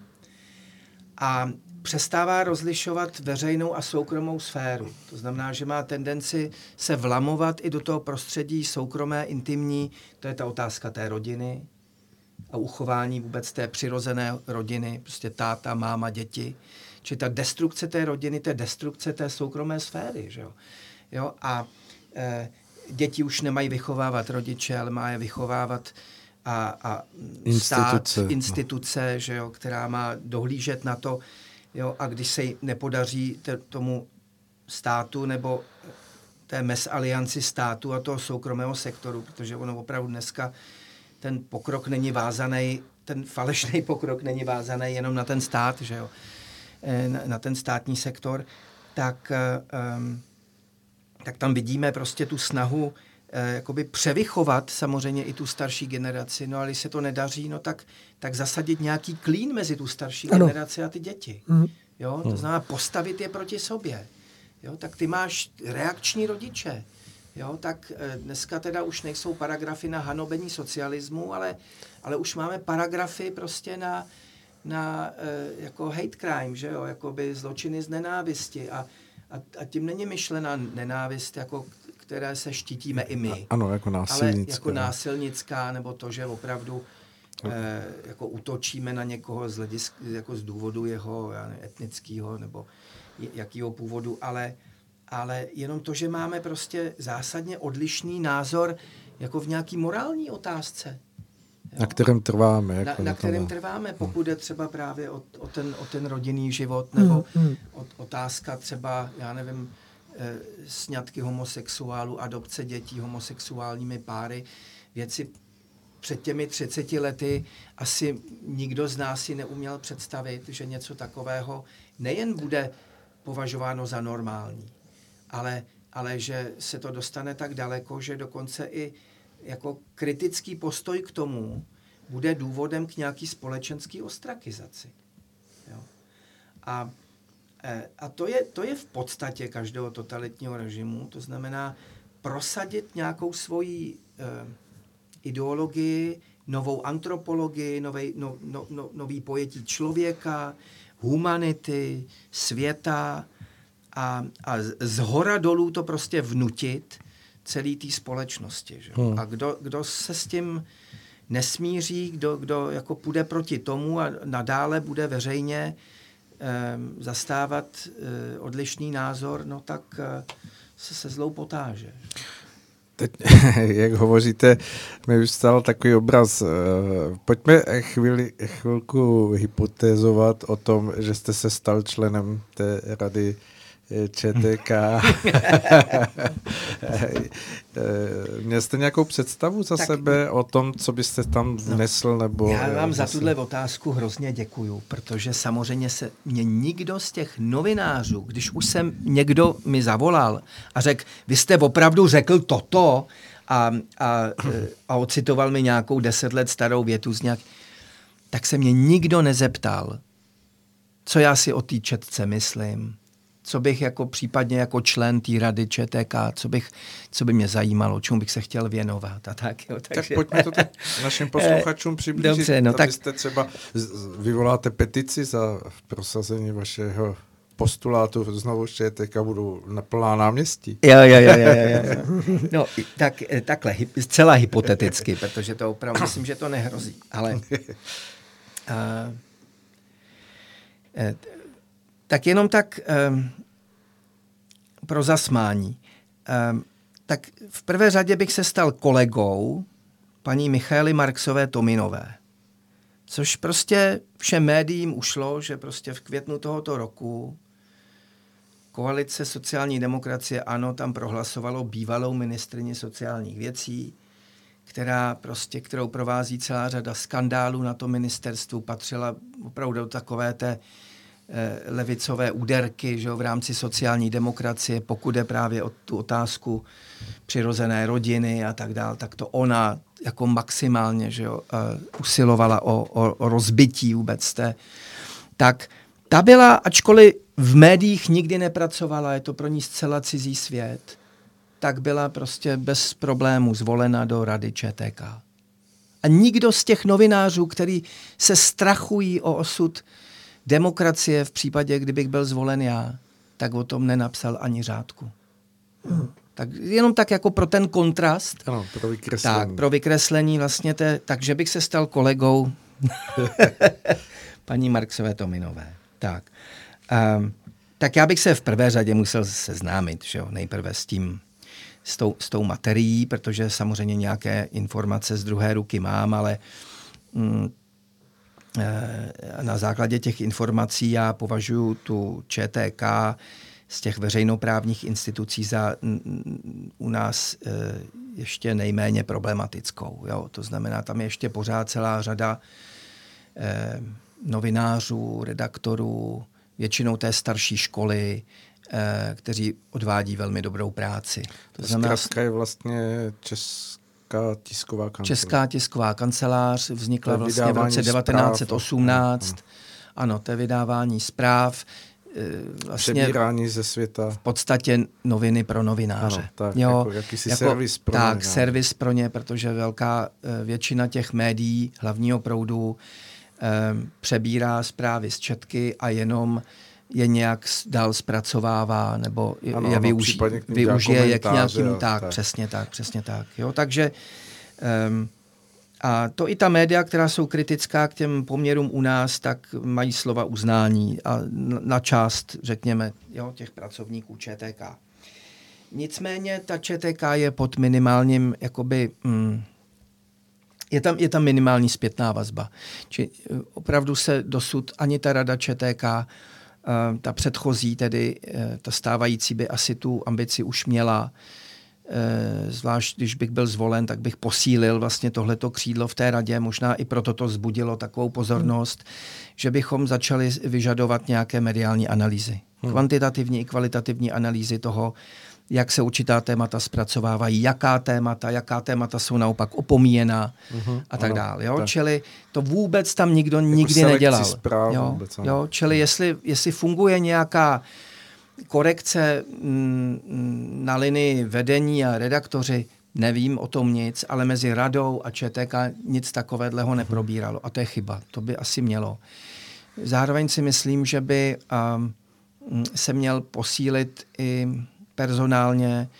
Speaker 3: a přestává rozlišovat veřejnou a soukromou sféru. To znamená, že má tendenci se vlamovat i do toho prostředí soukromé, intimní, to je ta otázka té rodiny a uchování vůbec té přirozené rodiny, prostě táta, máma, děti. Čili ta destrukce té rodiny, to je destrukce té soukromé sféry. Že jo? A děti už nemají vychovávat rodiče, ale má je vychovávat a instituce, že jo, která má dohlížet na to, jo, a když se nepodaří tomu státu nebo té mesalianci státu a toho soukromého sektoru, protože ono opravdu dneska ten pokrok není vázaný, ten falešný pokrok není vázaný jenom na ten stát, že jo, na ten státní sektor, tak tam vidíme prostě tu snahu jakoby převychovat samozřejmě i tu starší generaci. No a když se to nedaří, no tak zasadit nějaký klín mezi tu starší generaci a ty děti. Jo? To znamená postavit je proti sobě. Jo? Tak ty máš reakční rodiče. Jo? Tak dneska teda už nejsou paragrafy na hanobení socialismu, ale už máme paragrafy prostě na jako hate crime, že jo? Jakoby zločiny z nenávisti. A tím není myšlena nenávist, jako které se štítíme i my.
Speaker 4: Ano, jako násilnická.
Speaker 3: Ale jako násilnická, nebo to, že opravdu jako útočíme na někoho jako z důvodu jeho etnického nebo jakýho původu, ale jenom to, že máme prostě zásadně odlišný názor jako v nějaký morální otázce. Jo?
Speaker 4: Na kterém trváme.
Speaker 3: Na kterém trváme, pokud jde třeba právě o ten rodinný život, nebo otázka třeba, já nevím, sňatky homosexuálů, adopce dětí homosexuálními páry, věci před těmi 30 lety asi nikdo z nás si neuměl představit, že něco takového nejen bude považováno za normální, ale že se to dostane tak daleko, že dokonce i jako kritický postoj k tomu bude důvodem k nějaký společenský ostrakizaci. Jo. A to je v podstatě každého totalitního režimu, to znamená prosadit nějakou svoji ideologii, novou antropologii, nový pojetí člověka, humanity, světa a zhora dolů to prostě vnutit celé té společnosti. Že? A kdo se s tím nesmíří, kdo jako půjde proti tomu a nadále bude veřejně zastávat odlišný názor, no tak se zlou potáže.
Speaker 4: Teď, jak hovoříte, mi vystal takový obraz. Pojďme chvilku hypotézovat o tom, že jste se stal členem té rady ČTK. Měl jste nějakou představu za sebe o tom, co byste tam vnesl? Nebo
Speaker 3: já vám za tuhle otázku hrozně děkuju, protože samozřejmě se mě nikdo z těch novinářů, když už jsem někdo mi zavolal a řekl, vy jste opravdu řekl toto a ocitoval mi nějakou 10 let starou větu z nějak, tak se mě nikdo nezeptal, co já si o té četce myslím, co bych jako případně jako člen té rady ČTK, co by mě zajímalo, čemu bych se chtěl věnovat a tak. Jo,
Speaker 4: takže... Tak pojďme to našim posluchačům přiblížit.
Speaker 3: Dobře, no tak...
Speaker 4: Jste třeba vyvoláte petici za prosazení vašeho postulátu znovu ČTK budou na plná náměstí.
Speaker 3: Jo. No, takhle, zcela hypoteticky, protože to opravdu myslím, že to nehrozí, ale... Tak jenom tak pro zasmání. Tak v prvé řadě bych se stal kolegou paní Michaely Marksové-Tominové. Což prostě všem médiím ušlo, že prostě v květnu tohoto roku koalice sociální demokracie ANO tam prohlasovalo bývalou ministryni sociálních věcí, kterou provází celá řada skandálů na tom ministerstvu, patřila opravdu do takové té levicové úderky, že v rámci sociální demokracie, pokud je právě o tu otázku přirozené rodiny a tak dál, tak to ona jako maximálně, že usilovala o rozbití vůbec té. Tak ta byla, ačkoliv v médiích nikdy nepracovala, je to pro ní zcela cizí svět, tak byla prostě bez problémů zvolena do rady ČTK. A nikdo z těch novinářů, kteří se strachují o osud demokracie v případě, kdybych byl zvolen já, tak o tom nenapsal ani řádku. Tak jenom tak jako pro ten kontrast.
Speaker 4: Ano, pro vykreslení.
Speaker 3: Tak, pro vykreslení vlastně takže bych se stal kolegou paní Marksové-Tominové. Tak já bych se v prvé řadě musel seznámit, že jo, nejprve s tou materií, protože samozřejmě nějaké informace z druhé ruky mám, ale na základě těch informací já považuji tu ČTK z těch veřejnoprávních institucí za u nás ještě nejméně problematickou. Jo? To znamená, tam je ještě pořád celá řada novinářů, redaktorů, většinou té starší školy, kteří odvádí velmi dobrou práci.
Speaker 4: To znamená, zkrátka je vlastně Česká tisková kancelář,
Speaker 3: vznikla vlastně v roce 1918. Ano, to je vydávání zpráv.
Speaker 4: Vlastně přebírání ze světa.
Speaker 3: V podstatě noviny pro novináře.
Speaker 4: Ano, tak, jako jakýsi servis pro
Speaker 3: novináře. Tak, servis pro ně, protože velká většina těch médií hlavního proudu přebírá zprávy z četky a jenom je nějak dál zpracovává nebo je využije je k nějakým, tak. Přesně tak. Jo, takže a to i ta média, která jsou kritická k těm poměrům u nás, tak mají slova uznání a na část, řekněme, jo, těch pracovníků ČTK. Nicméně ta ČTK je pod minimálním, jakoby, je tam minimální zpětná vazba. Či opravdu se dosud ani ta rada ČTK, ta předchozí, tedy ta stávající by asi tu ambici už měla, zvlášť když bych byl zvolen, tak bych posílil vlastně tohleto křídlo v té radě, možná i proto to vzbudilo takovou pozornost, že bychom začali vyžadovat nějaké mediální analýzy. Kvantitativní i kvalitativní analýzy toho, jak se určitá témata zpracovávají, jaká témata jsou naopak opomíjená a tak dále. Jo? Čili to vůbec tam nikdo nikdy nedělal. Čili jestli funguje nějaká korekce na linii vedení a redaktoři, nevím o tom nic, ale mezi radou a ČTK nic takového neprobíralo. A to je chyba. To by asi mělo. Zároveň si myslím, že by se měl posílit i personálně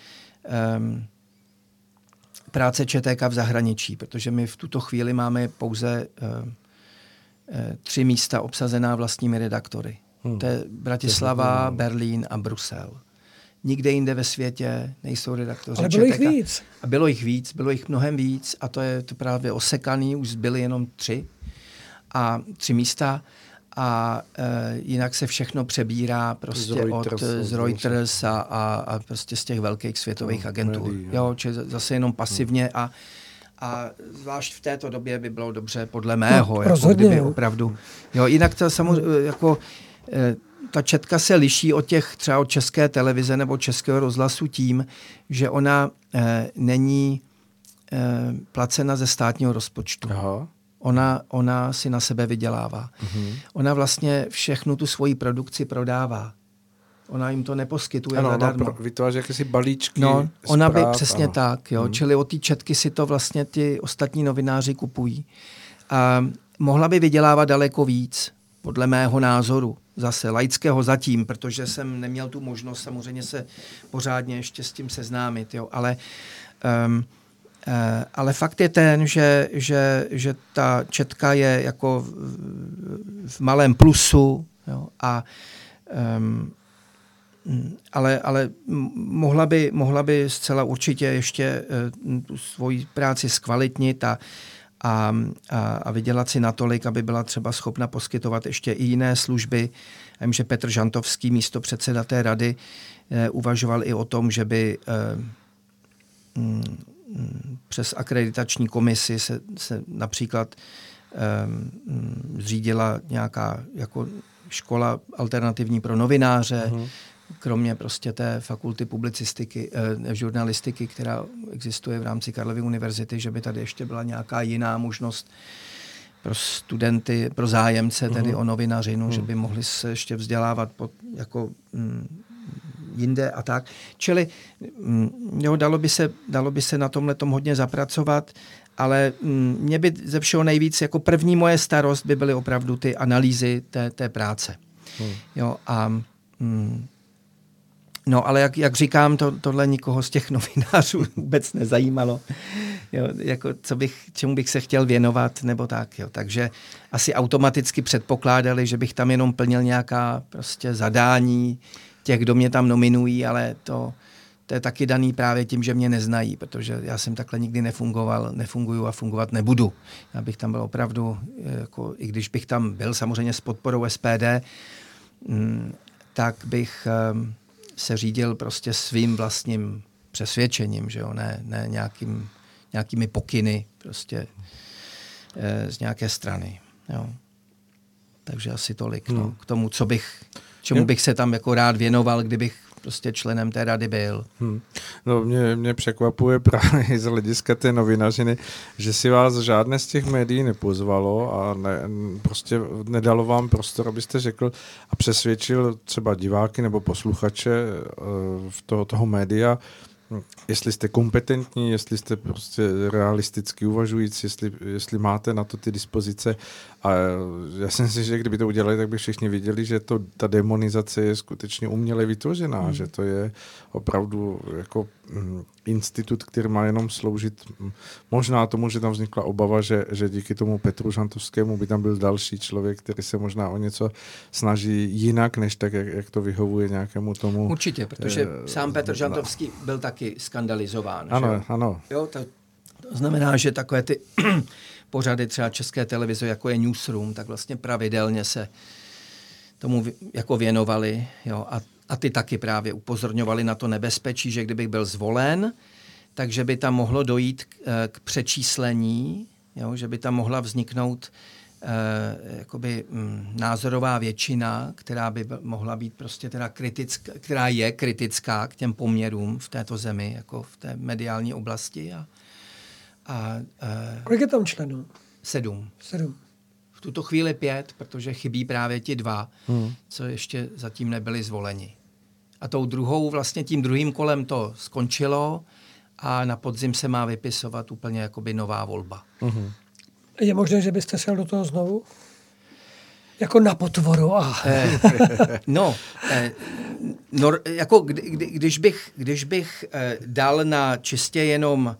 Speaker 3: práce ČTK v zahraničí, protože my v tuto chvíli máme pouze 3 místa obsazená vlastními redaktory. To je Bratislava, Berlín a Brusel. Nikde jinde ve světě nejsou redaktoři.
Speaker 2: Ale bylo jich víc.
Speaker 3: A bylo jich mnohem víc a to je to právě osekaný, už zbyly jenom 3 místa. A jinak se všechno přebírá prostě z Reuters a prostě z těch velkých světových agentur. Jo, či zase jenom pasivně a zvlášť v této době by bylo dobře podle mého, jako kdyby opravdu. Jo, jinak to samozřejmě jako ta četka se liší od těch třeba od České televize nebo Českého rozhlasu tím, že ona není placena ze státního rozpočtu.
Speaker 4: Aha.
Speaker 3: Ona si na sebe vydělává. Ona vlastně všechnu tu svoji produkci prodává. Ona jim to neposkytuje zadarmo.
Speaker 4: Vytváří jakési balíčky
Speaker 3: ona by přesně tak. Jo? Čili od té četky si to vlastně ty ostatní novináři kupují. A mohla by vydělávat daleko víc, podle mého názoru. Zase laického zatím, protože jsem neměl tu možnost samozřejmě se pořádně ještě s tím seznámit. Jo? Ale fakt je ten, že ta četka je jako v malém plusu, jo, ale mohla by zcela určitě ještě tu svoji práci zkvalitnit a vydělat si natolik, aby byla třeba schopna poskytovat ještě i jiné služby. Já vím, že Petr Žantovský, místopředseda té rady, uvažoval i o tom, že by přes akreditační komisi se například zřídila nějaká jako škola alternativní pro novináře, kromě prostě té fakulty publicistiky, žurnalistiky, která existuje v rámci Karlovy univerzity, že by tady ještě byla nějaká jiná možnost pro studenty, pro zájemce tedy o novinařinu, že by mohli se ještě vzdělávat jako jinde a tak. Čili jo, dalo by se na tomhletom hodně zapracovat, ale mě by ze všeho nejvíc, jako první moje starost by byly opravdu ty analýzy té práce. Jo, no, ale jak říkám, tohle nikoho z těch novinářů vůbec nezajímalo. Jo, jako čemu bych se chtěl věnovat, nebo tak. Jo. Takže asi automaticky předpokládali, že bych tam jenom plnil nějaká prostě zadání těch, kdo mě tam nominují, ale to je taky daný právě tím, že mě neznají, protože já jsem takhle nikdy nefunguju a fungovat nebudu. Já bych tam byl opravdu, jako, i když bych tam byl samozřejmě s podporou SPD, tak bych se řídil prostě svým vlastním přesvědčením, že jo, ne nějakými pokyny prostě z nějaké strany. Jo. Takže asi tolik k tomu, čemu bych se tam jako rád věnoval, kdybych prostě členem té rady byl.
Speaker 4: No, mě překvapuje právě z hlediska té novinařiny, že si vás žádné z těch médií nepozvalo a prostě nedalo vám prostor, abyste řekl a přesvědčil třeba diváky nebo posluchače toho média, jestli jste kompetentní, jestli jste prostě realisticky uvažující, jestli máte na to ty dispozice. A já si myslím, že kdyby to udělali, tak by všichni viděli, že ta demonizace je skutečně uměle vytvořená, že to je opravdu jako institut, který má jenom sloužit možná tomu, že tam vznikla obava, že díky tomu Petru Žantovskému by tam byl další člověk, který se možná o něco snaží jinak, než tak, jak to vyhovuje nějakému tomu.
Speaker 3: Určitě, protože sám Petr Žantovský byl taky skandalizován.
Speaker 4: Ano,
Speaker 3: že?
Speaker 4: ano.
Speaker 3: Jo, to znamená, že takové ty pořady třeba České televize, jako je Newsroom, tak vlastně pravidelně se tomu jako věnovali, jo, a ty taky právě upozorňovali na to nebezpečí, že kdybych byl zvolen, takže by tam mohlo dojít k přečíslení, jo, že by tam mohla vzniknout jakoby názorová většina, která by mohla být prostě teda kritická, která je kritická k těm poměrům v této zemi, jako v té mediální oblasti.
Speaker 2: Kolik je tam členů?
Speaker 3: 7.
Speaker 2: 7.
Speaker 3: V tuto chvíli 5, protože chybí právě ti 2, co ještě zatím nebyli zvoleni. A tím druhým kolem to skončilo a na podzim se má vypisovat úplně jakoby nová volba.
Speaker 2: Je možné, že byste šel do toho znovu? Jako na potvoru.
Speaker 3: Jako když bych dal na čistě jenom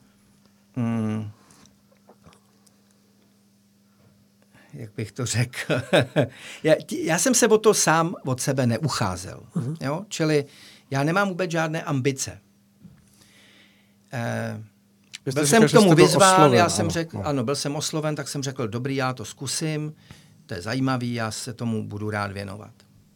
Speaker 3: jak bych to řekl, já jsem se o to sám od sebe neucházel. Jo? Čili já nemám vůbec žádné ambice. Byl jsem k tomu vyzván, já jsem řekl, ano, byl jsem osloven, tak jsem řekl, dobrý, já to zkusím, to je zajímavý, já se tomu budu rád věnovat.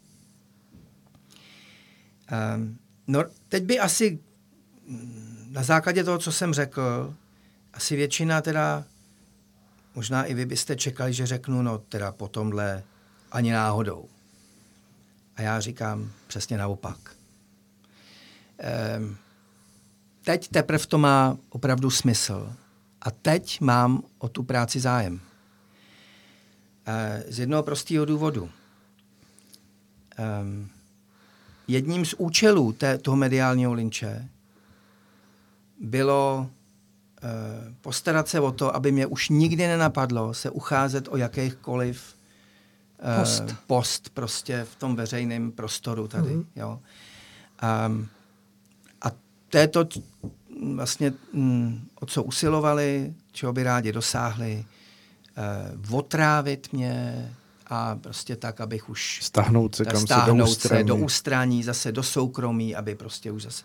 Speaker 3: Teď by asi na základě toho, co jsem řekl, asi většina teda, možná i vy byste čekali, že řeknu, no teda po tomhle ani náhodou. A já říkám přesně naopak. Teď teprve to má opravdu smysl. A teď mám o tu práci zájem. Z jednoho prostého důvodu. Jedním z účelů toho mediálního lynče bylo postarat se o to, aby mě už nikdy nenapadlo se ucházet o jakýchkoliv post prostě v tom veřejném prostoru tady. Jo. A to je to vlastně, o co usilovali, čeho by rádi dosáhli, otrávit mě a prostě tak, abych už
Speaker 4: stáhnout se
Speaker 3: do ústraní, zase do soukromí, aby prostě už zase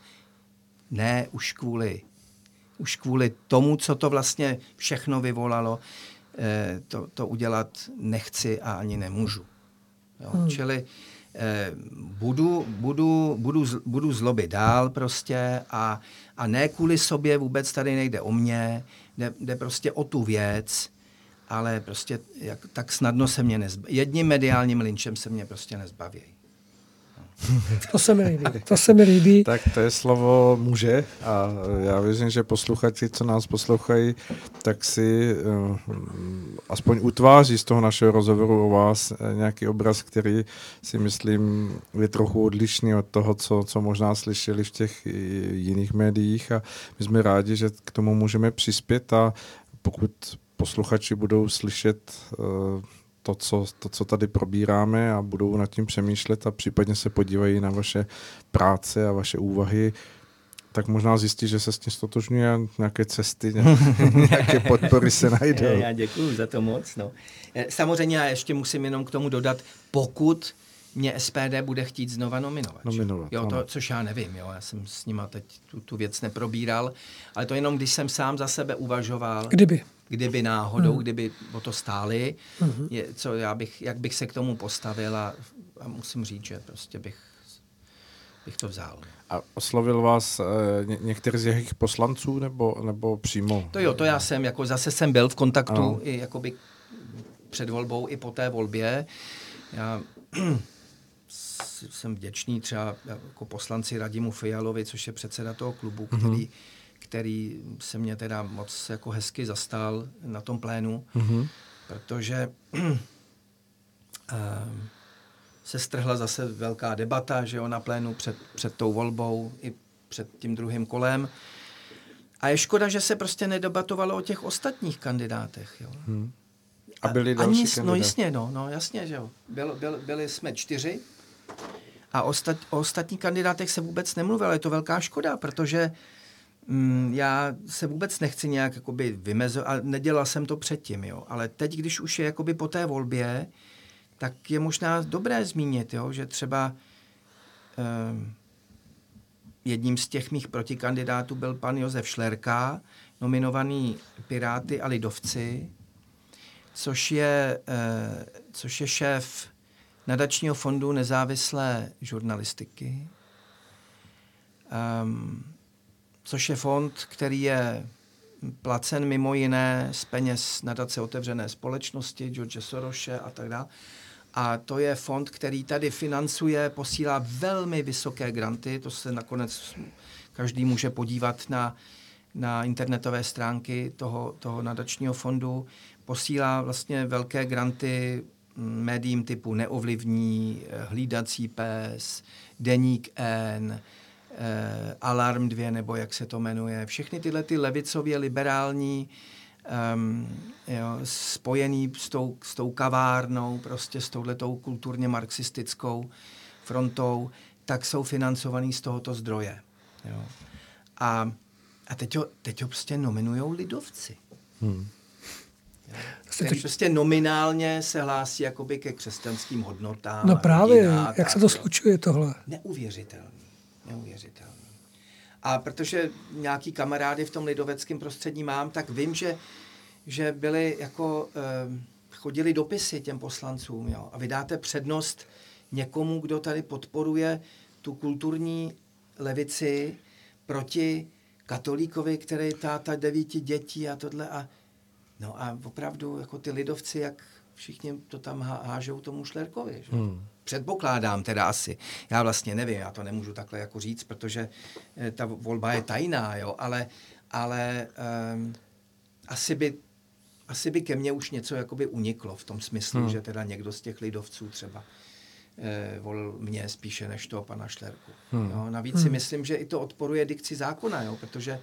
Speaker 3: už kvůli tomu, co to vlastně všechno vyvolalo, to udělat nechci a ani nemůžu. Jo? Čili budu zlobit dál prostě a ne kvůli sobě, vůbec tady nejde o mě, jde prostě o tu věc, ale prostě tak snadno se mě jedním mediálním lynčem se mě prostě nezbaví.
Speaker 2: To se mi líbí.
Speaker 4: Tak to je slovo muže a já věřím, že posluchači, co nás poslouchají, tak si aspoň utváří z toho našeho rozhovoru o vás nějaký obraz, který si myslím je trochu odlišný od toho, co možná slyšeli v těch jiných médiích a my jsme rádi, že k tomu můžeme přispět a pokud posluchači budou slyšet to, co tady probíráme a budou nad tím přemýšlet a případně se podívají na vaše práce a vaše úvahy, tak možná zjistí, že se s tím stotožňuje a nějaké cesty, nějaké podpory se najdou.
Speaker 3: Já děkuju za to moc. No. Samozřejmě já ještě musím jenom k tomu dodat, pokud mě SPD bude chtít znova nominovat. Jo,
Speaker 4: ano.
Speaker 3: což já nevím, jo, já jsem s nima teď tu věc neprobíral, ale to jenom, když jsem sám za sebe uvažoval, kdyby náhodou, kdyby o to stáli, jak bych se k tomu postavil a musím říct, že prostě bych to vzal.
Speaker 4: A oslovil vás některý z jejich poslanců nebo přímo?
Speaker 3: To já jsem, jako zase jsem byl v kontaktu i jakoby před volbou, i po té volbě. Já jsem vděčný třeba jako poslanci Radimu Fialovi, což je předseda toho klubu, který se mě teda moc jako hezky zastal na tom plénu, protože se strhla zase velká debata, že jo, na plénu před tou volbou i před tím druhým kolem. A je škoda, že se prostě nedebatovalo o těch ostatních kandidátech. Jo.
Speaker 4: A byli další kandidáti?
Speaker 3: No jasně, že jo. Byli jsme 4 a o ostatních kandidátech se vůbec nemluvilo. Je to velká škoda, protože já se vůbec nechci nějak jakoby vymezovat, a nedělal jsem to předtím, jo. Ale teď, když už je jakoby po té volbě, tak je možná dobré zmínit, jo, že třeba jedním z těch mých protikandidátů byl pan Josef Šlerka, nominovaný Piráty a lidovci, což je šéf nadačního fondu nezávislé žurnalistiky, což je fond, který je placen mimo jiné z peněz nadace Otevřené společnosti, George Sorose a tak dále. A to je fond, který tady financuje, posílá velmi vysoké granty, to se nakonec každý může podívat na internetové stránky toho nadačního fondu. Posílá vlastně velké granty médiím typu Neovlivní, Hlídací pes, Deník N, Alarm 2, nebo jak se to jmenuje. Všechny tyhle ty levicově liberální spojený s tou kavárnou, prostě s touhletou kulturně marxistickou frontou, tak jsou financovaný z tohoto zdroje. Jo. A teď ho prostě nominujou lidovci. Který prostě nominálně se hlásí jakoby ke křesťanským hodnotám.
Speaker 2: No právě, jak se to slučuje tohle?
Speaker 3: Neuvěřitelný. A protože nějaký kamarády v tom lidoveckém prostředí mám, tak vím, že byli jako, chodili dopisy těm poslancům, jo, a vy dáte přednost někomu, kdo tady podporuje tu kulturní levici proti katolíkovi, který táta 9 dětí a tohle. No a opravdu jako ty lidovci, jak všichni to tam hážou tomu Šlerkovi. Že? Předpokládám teda asi. Já vlastně nevím, já to nemůžu takhle jako říct, protože ta volba je tajná, jo, ale asi by ke mně už něco jakoby uniklo v tom smyslu, že teda někdo z těch lidovců třeba volil mě spíše než toho pana Šlerku. Jo, navíc si myslím, že i to odporuje dikci zákona, jo, protože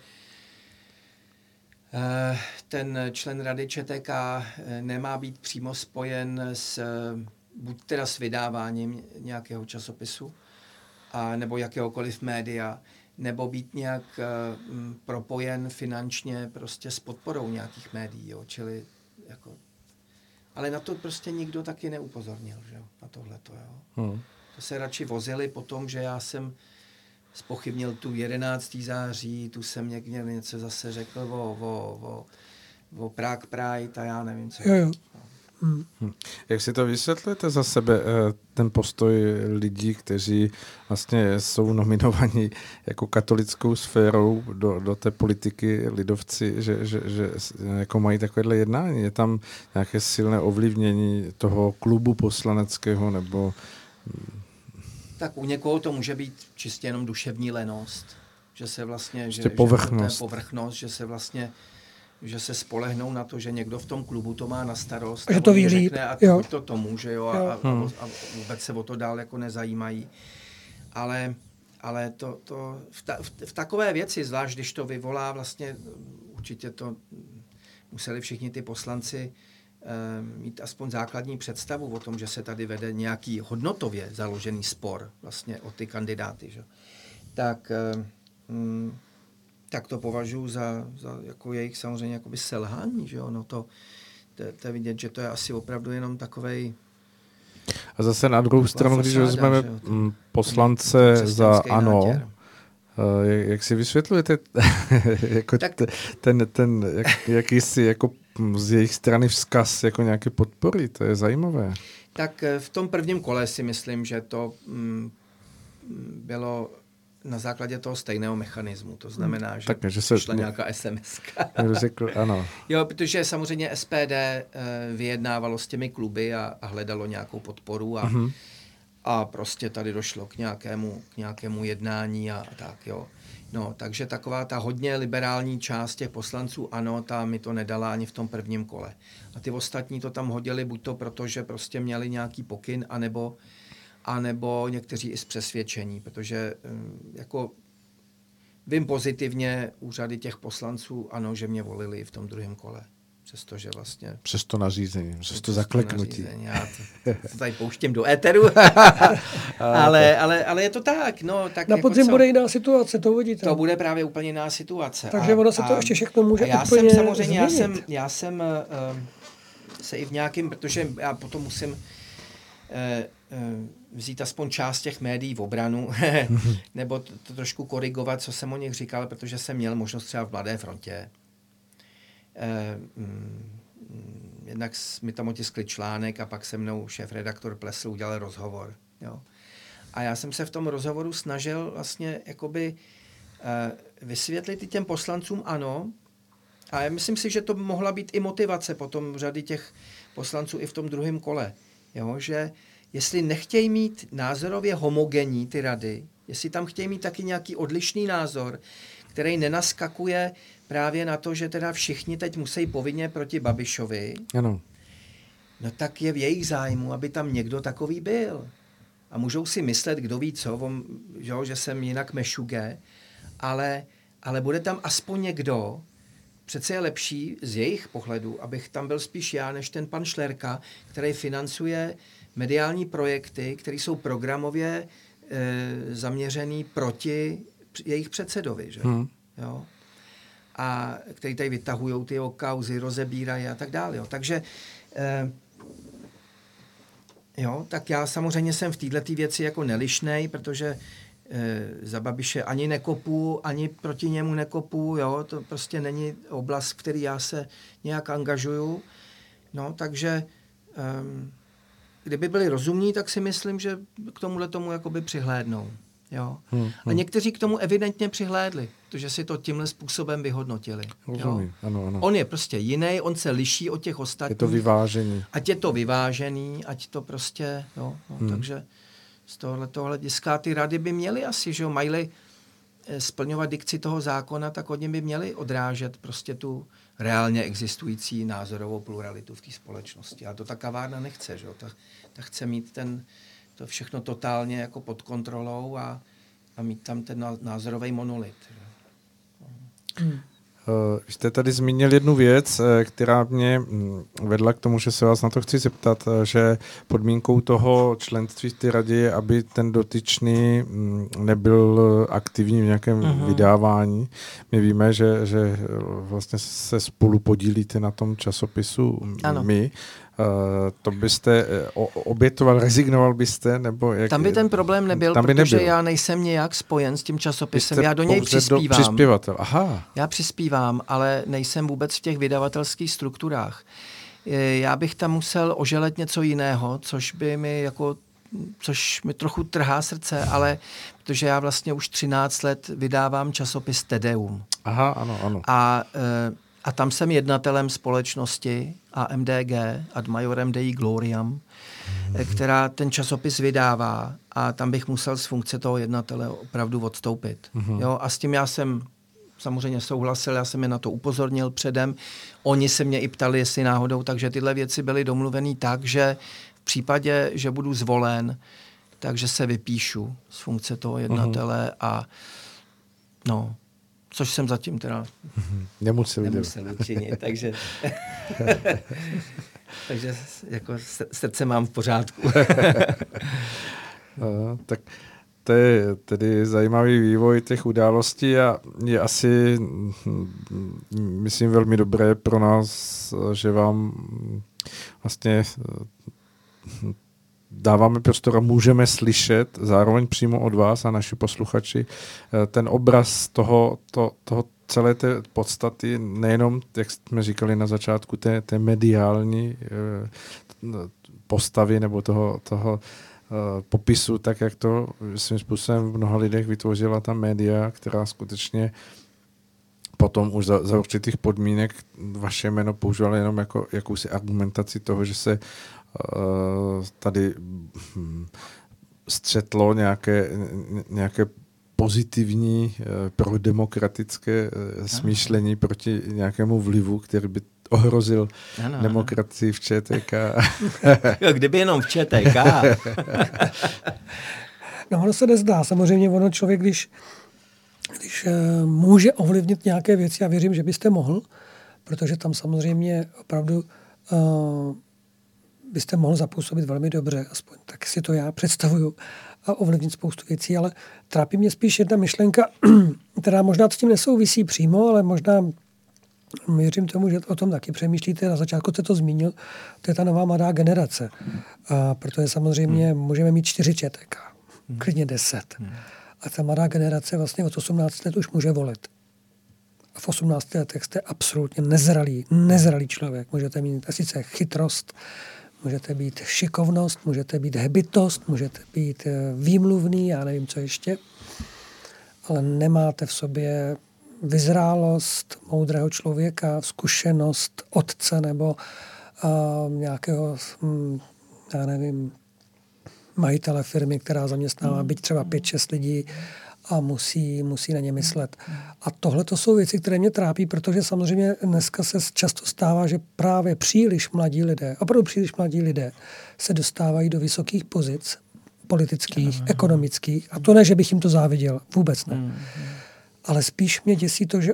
Speaker 3: ten člen rady ČTK nemá být přímo spojen buď teda s vydáváním nějakého časopisu, nebo jakéhokoliv média, nebo být nějak propojen finančně prostě s podporou nějakých médií, jo, čili jako... Ale na to prostě nikdo taky neupozornil, že jo, na tohleto, jo. To se radši vozili po tom, že já jsem zpochybnil tu 11. září, tu jsem někde něco zase řekl o Prague Pride a já nevím, co.
Speaker 2: Jo.
Speaker 4: Jak si to vysvětlujete za sebe, ten postoj lidí, kteří vlastně jsou nominovaní jako katolickou sférou do té politiky lidovci, že jako mají takovéhle jednání? Je tam nějaké silné ovlivnění toho klubu poslaneckého nebo...
Speaker 3: Tak u někoho to může být čistě jenom duševní lenost, že se vlastně... Povrchnost, že se vlastně... že se spolehnou na to, že někdo v tom klubu to má na starost.
Speaker 2: Že to ví líp.
Speaker 3: A to může, jo, a vůbec se o to dál jako nezajímají. Ale to v takové věci, zvlášť když to vyvolá vlastně, určitě to museli všichni ty poslanci mít aspoň základní představu o tom, že se tady vede nějaký hodnotově založený spor vlastně o ty kandidáty. Že? Tak to považuji za jako jejich samozřejmě jakoby selhání, že jo, no to je vidět, že to je asi opravdu jenom takovej...
Speaker 4: A zase na druhou stranu, když vezmeme poslance za ANO, jak si vysvětlujete jako jakýsi jako z jejich strany vzkaz jako nějaké podpory, to je zajímavé.
Speaker 3: Tak v tom prvním kole si myslím, že to bylo na základě toho stejného mechanismu. To znamená, že šla nějaká SMS-ka.
Speaker 4: Ano.
Speaker 3: Jo, protože samozřejmě SPD vyjednávalo s těmi kluby a hledalo nějakou podporu a prostě tady došlo k nějakému jednání a tak, jo. No, takže taková ta hodně liberální část těch poslanců, ano, ta mi to nedala ani v tom prvním kole. A ty ostatní to tam hodili buď to proto, že prostě měli nějaký pokyn, anebo někteří i z přesvědčení, protože jako vím pozitivně úřady těch poslanců, ano, že mě volili v tom druhém kole. Přestože vlastně...
Speaker 4: Přes to nařízení, přes to zakleknutí.
Speaker 3: Já to tady pouštím do éteru. ale je to tak. No, tak
Speaker 2: na podzim bude jiná situace, to uvidíte.
Speaker 3: To bude právě úplně jiná situace.
Speaker 2: Takže ono se to ještě všechno může úplně změnit.
Speaker 3: Já jsem se i v nějakým, protože já potom musím vzít aspoň část těch médií v obranu, nebo to trošku korigovat, co jsem o nich říkal, protože jsem měl možnost třeba v Mladé frontě. Jednak mi tam otiskli článek a pak se mnou šéfredaktor Plesl udělal rozhovor. Jo. A já jsem se v tom rozhovoru snažil vlastně jakoby vysvětlit i těm poslancům ano. A já myslím si, že to mohla být i motivace potom řady těch poslanců i v tom druhém kole. Jo, že jestli nechtějí mít názorově homogenní ty rady, jestli tam chtějí mít taky nějaký odlišný názor, který nenaskakuje právě na to, že teda všichni teď musí povinně proti Babišovi,
Speaker 4: ano.
Speaker 3: No tak je v jejich zájmu, aby tam někdo takový byl. A můžou si myslet, kdo ví co, že jsem jinak mešuge, ale bude tam aspoň někdo. Přece je lepší z jejich pohledu, abych tam byl spíš já, než ten pan Šlerka, který financuje mediální projekty, které jsou programově zaměřený proti jejich předsedovi. Že? Jo? A který tady vytahují ty kauzy, rozebírají a tak dále. Jo. Takže tak já samozřejmě jsem v této věci jako nelišnej, protože za Babiše ani nekopu, ani proti němu nekopu, jo, to prostě není oblast, v který já se nějak angažuju. No, takže kdyby byli rozumní, tak si myslím, že k tomuhle tomu jakoby přihlédnou. Jo. A někteří k tomu evidentně přihlédli, protože si to tímhle způsobem vyhodnotili.
Speaker 4: Rozumím, ano.
Speaker 3: On je prostě jiný, on se liší od těch ostatních.
Speaker 4: Je to vyvážený.
Speaker 3: Ať je to vyvážený, ať to prostě, takže z tohoto hlediska ty rady by měly asi, že mají splňovat dikci toho zákona, tak od něj by měli odrážet prostě tu reálně existující názorovou pluralitu v té společnosti. A to ta kavárna nechce, že? Ta chce mít to všechno totálně jako pod kontrolou a mít tam ten názorový monolit.
Speaker 4: Jste tady zmínil jednu věc, která mě vedla k tomu, že se vás na to chci zeptat, že podmínkou toho členství v té radě je, aby ten dotyčný nebyl aktivní v nějakém vydávání. My víme, že vlastně se spolu podílíte na tom časopisu My. To byste obětoval, rezignoval byste? Nebo jak,
Speaker 3: tam by ten problém nebyl, protože já nejsem nějak spojen s tím časopisem. Já do něj přispívám.
Speaker 4: Přispěvatel. Aha.
Speaker 3: Já přispívám, ale nejsem vůbec v těch vydavatelských strukturách. Já bych tam musel oželet něco jiného, což mi trochu trhá srdce, ale protože já vlastně už 13 let vydávám časopis Tedeum.
Speaker 4: Aha, ano.
Speaker 3: A tam jsem jednatelem společnosti AMDG, Ad Majorem Dei Gloriam, která ten časopis vydává a tam bych musel z funkce toho jednatele opravdu odstoupit. Jo, a s tím já jsem samozřejmě souhlasil, já jsem je na to upozornil předem. Oni se mě i ptali, jestli náhodou, takže tyhle věci byly domluvený tak, že v případě, že budu zvolen, takže se vypíšu z funkce toho jednatele a což jsem zatím teda nemusel učinit, takže jako srdce mám v pořádku.
Speaker 4: Tak to je tedy zajímavý vývoj těch událostí a je asi, myslím, velmi dobré pro nás, že vám vlastně dáváme prostor a můžeme slyšet zároveň přímo od vás a naši posluchači ten obraz toho celé té podstaty, nejenom, jak jsme říkali na začátku, té mediální postavy nebo toho popisu, tak jak to svým způsobem v mnoha lidech vytvořila ta média, která skutečně potom už za určitých podmínek vaše jméno používala jenom jako jakousi argumentaci toho, že se tady střetlo nějaké pozitivní prodemokratické smýšlení proti nějakému vlivu, který by ohrozil demokracii v ČTK.
Speaker 3: Kdyby jenom v ČTK.
Speaker 2: No ono se nezdá. Samozřejmě ono člověk, když může ovlivnit nějaké věci, já věřím, že byste mohl, protože tam samozřejmě opravdu byste mohl zapůsobit velmi dobře, aspoň tak si to já představuju, a ovlivnit spoustu věcí, ale trápí mě spíš jedna myšlenka, která možná s tím nesouvisí přímo, ale možná věřím tomu, že o tom taky přemýšlíte. Na začátku jste to zmínil, to je ta nová mladá generace. A protože samozřejmě můžeme mít 4 ČTK, klidně 10. A ta mladá generace vlastně od 18 let už může volit. A v 18 letech jste absolutně nezralý člověk. Můžete mít sice chytrost, můžete být šikovnost, můžete být hebitost, můžete být výmluvný, já nevím, co ještě, ale nemáte v sobě vyzrálost moudrého člověka, zkušenost otce nebo nějakého, já nevím, majitele firmy, která zaměstnává byť třeba 5-6 lidí a musí na ně myslet. A tohle to jsou věci, které mě trápí, protože samozřejmě dneska se často stává, že právě příliš mladí lidé se dostávají do vysokých pozic politických, ekonomických. A to ne, že bych jim to záviděl. Vůbec ne. Ale spíš mě děsí to,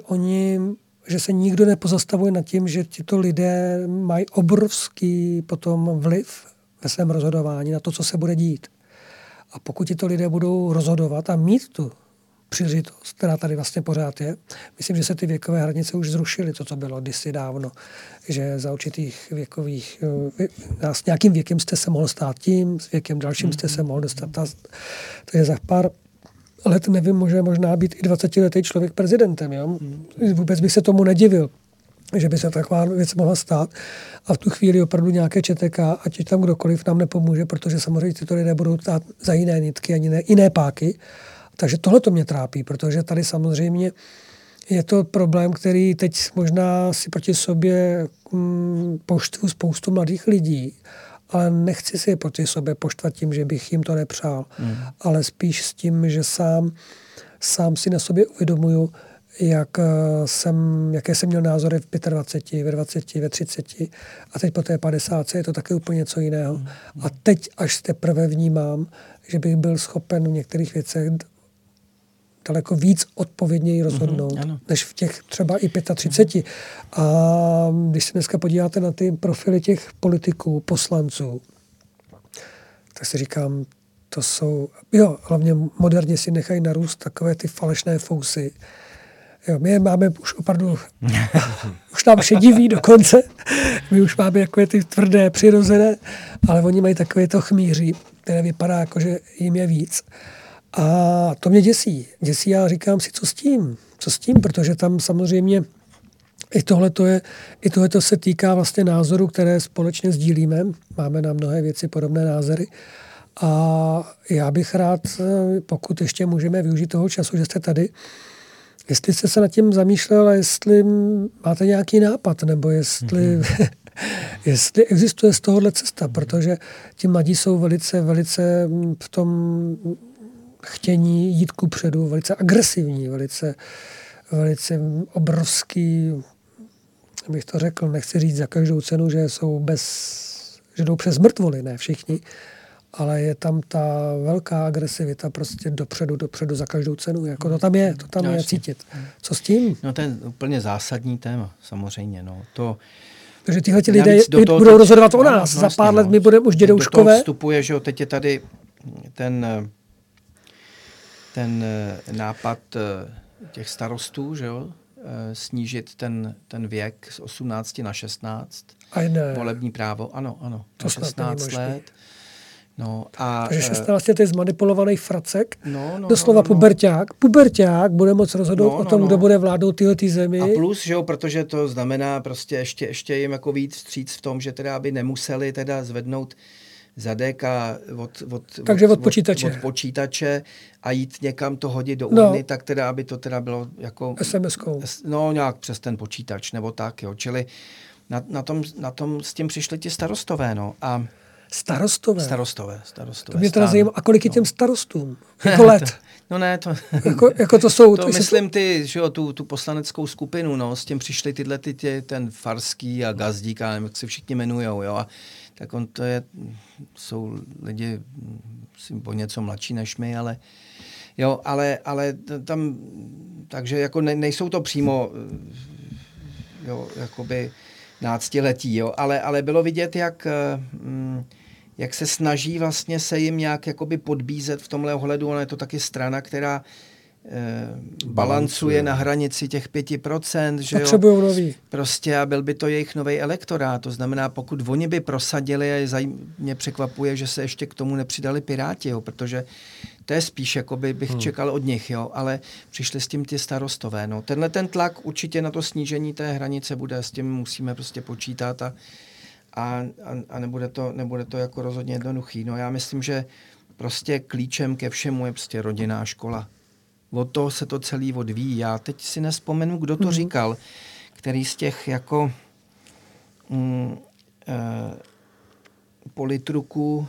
Speaker 2: že se nikdo nepozastavuje nad tím, že tito lidé mají obrovský potom vliv ve svém rozhodování na to, co se bude dít. A pokud tito lidé budou rozhodovat a mít tu příležitost, která tady vlastně pořád je, myslím, že se ty věkové hranice už zrušily, to, co bylo kdysi dávno, že za určitých věkových, s nějakým věkem jste se mohl stát tím, s věkem dalším jste se mohl dostat. Takže za pár let, nevím, může možná být i 20letý člověk prezidentem. Jo? Vůbec bych se tomu nedivil, že by se taková věc mohla stát. A v tu chvíli opravdu nějaké ČTK, ať je tam kdokoliv, nám nepomůže, protože samozřejmě tyto lidé budou tát za jiné nitky a jiné páky. Takže tohle to mě trápí, protože tady samozřejmě je to problém, který teď možná si proti sobě poštvu spoustu mladých lidí, ale nechci si je proti sobě poštvat tím, že bych jim to nepřál, ale spíš s tím, že sám si na sobě uvědomuju, jaké jsem měl názory v 25, ve 20, ve 30 a teď po té 50 je to taky úplně něco jiného. A teď až teprve vnímám, že bych byl schopen v některých věcech daleko víc odpovědněji rozhodnout, než v těch třeba i 35. A když se dneska podíváte na ty profily těch politiků, poslanců, tak si říkám, to jsou, hlavně moderně si nechají narůst takové ty falešné fousy. Jo, my je máme už opravdu, už nám šediví dokonce, my už máme takové ty tvrdé, přirozené, ale oni mají takové to chmíří, které vypadá jako, že jim je víc. A to mě děsí. Já říkám si, co s tím, protože tam samozřejmě i tohleto se týká vlastně názorů, které společně sdílíme. Máme na mnohé věci podobné názory. A já bych rád, pokud ještě můžeme využít toho času, že jste tady, jestli jste se nad tím zamýšlel, jestli máte nějaký nápad, nebo jestli existuje z tohohle cesta, protože ti mladí jsou velice, velice v tom chtění jít kupředu, velice agresivní, velice obrovský, bych to řekl, nechci říct za každou cenu, že že jdou přes mrtvoly, ne všichni, ale je tam ta velká agresivita prostě dopředu za každou cenu. Jako to tam je cítit. Co s tím?
Speaker 3: No to je úplně zásadní téma, samozřejmě. No.
Speaker 2: Takže tyhle lidé budou rozhodovat o nás. Za pár let my budeme už dědouškové.
Speaker 3: Do toho vstupuje, že jo, teď je tady ten nápad těch starostů, že jo, snížit ten věk z 18 na 16. Volební právo, ano, na 16 let. No, a,
Speaker 2: takže 16 letý zmanipulovaný fracek,
Speaker 3: no,
Speaker 2: doslova puberťák bude moc rozhodnout o tom, kdo bude vládnout tyhletý zemi.
Speaker 3: A plus, že jo, protože to znamená prostě ještě jim jako víc vstříc v tom, že teda aby nemuseli teda zvednout zadek a od počítače a jít někam to hodit do urny, tak teda, aby to teda bylo jako
Speaker 2: SMS-kou.
Speaker 3: No, nějak přes ten počítač, nebo tak, jo. Čili na tom s tím přišli ti starostové, no. A Starostové.
Speaker 2: To mě teda zajímá, a kolik je těm starostům? Jako let?
Speaker 3: No ne, to...
Speaker 2: jako to jsou...
Speaker 3: To myslím tu poslaneckou skupinu, no, s tím přišli ten Farský a Gazdík, a nevím, jak se všichni jmenujou, jo. A tak jsou lidi o něco mladší než my, ale jo, ale tam, takže jako nejsou to přímo, jo, jakoby náctiletí, jo, ale bylo vidět, jak se snaží vlastně se jim nějak jakoby podbízet v tomhle ohledu. Ona je to taky strana, která balancuje na hranici těch 5%, že jo.
Speaker 2: Potřebujou nový.
Speaker 3: Prostě a byl by to jejich nový elektorát. To znamená, pokud oni by prosadili, a mě překvapuje, že se ještě k tomu nepřidali Piráti, jo, protože to je spíš, jakoby bych čekal od nich, jo, ale přišli s tím ty starostové. No. Tenhle ten tlak určitě na to snížení té hranice bude, s tím musíme prostě počítat a nebude to jako rozhodně jednoduchý. No, já myslím, že prostě klíčem ke všemu je prostě rodinná škola. Od toho se to celý odvíjí. Já teď si nespomenu, kdo to říkal, který z těch jako politruků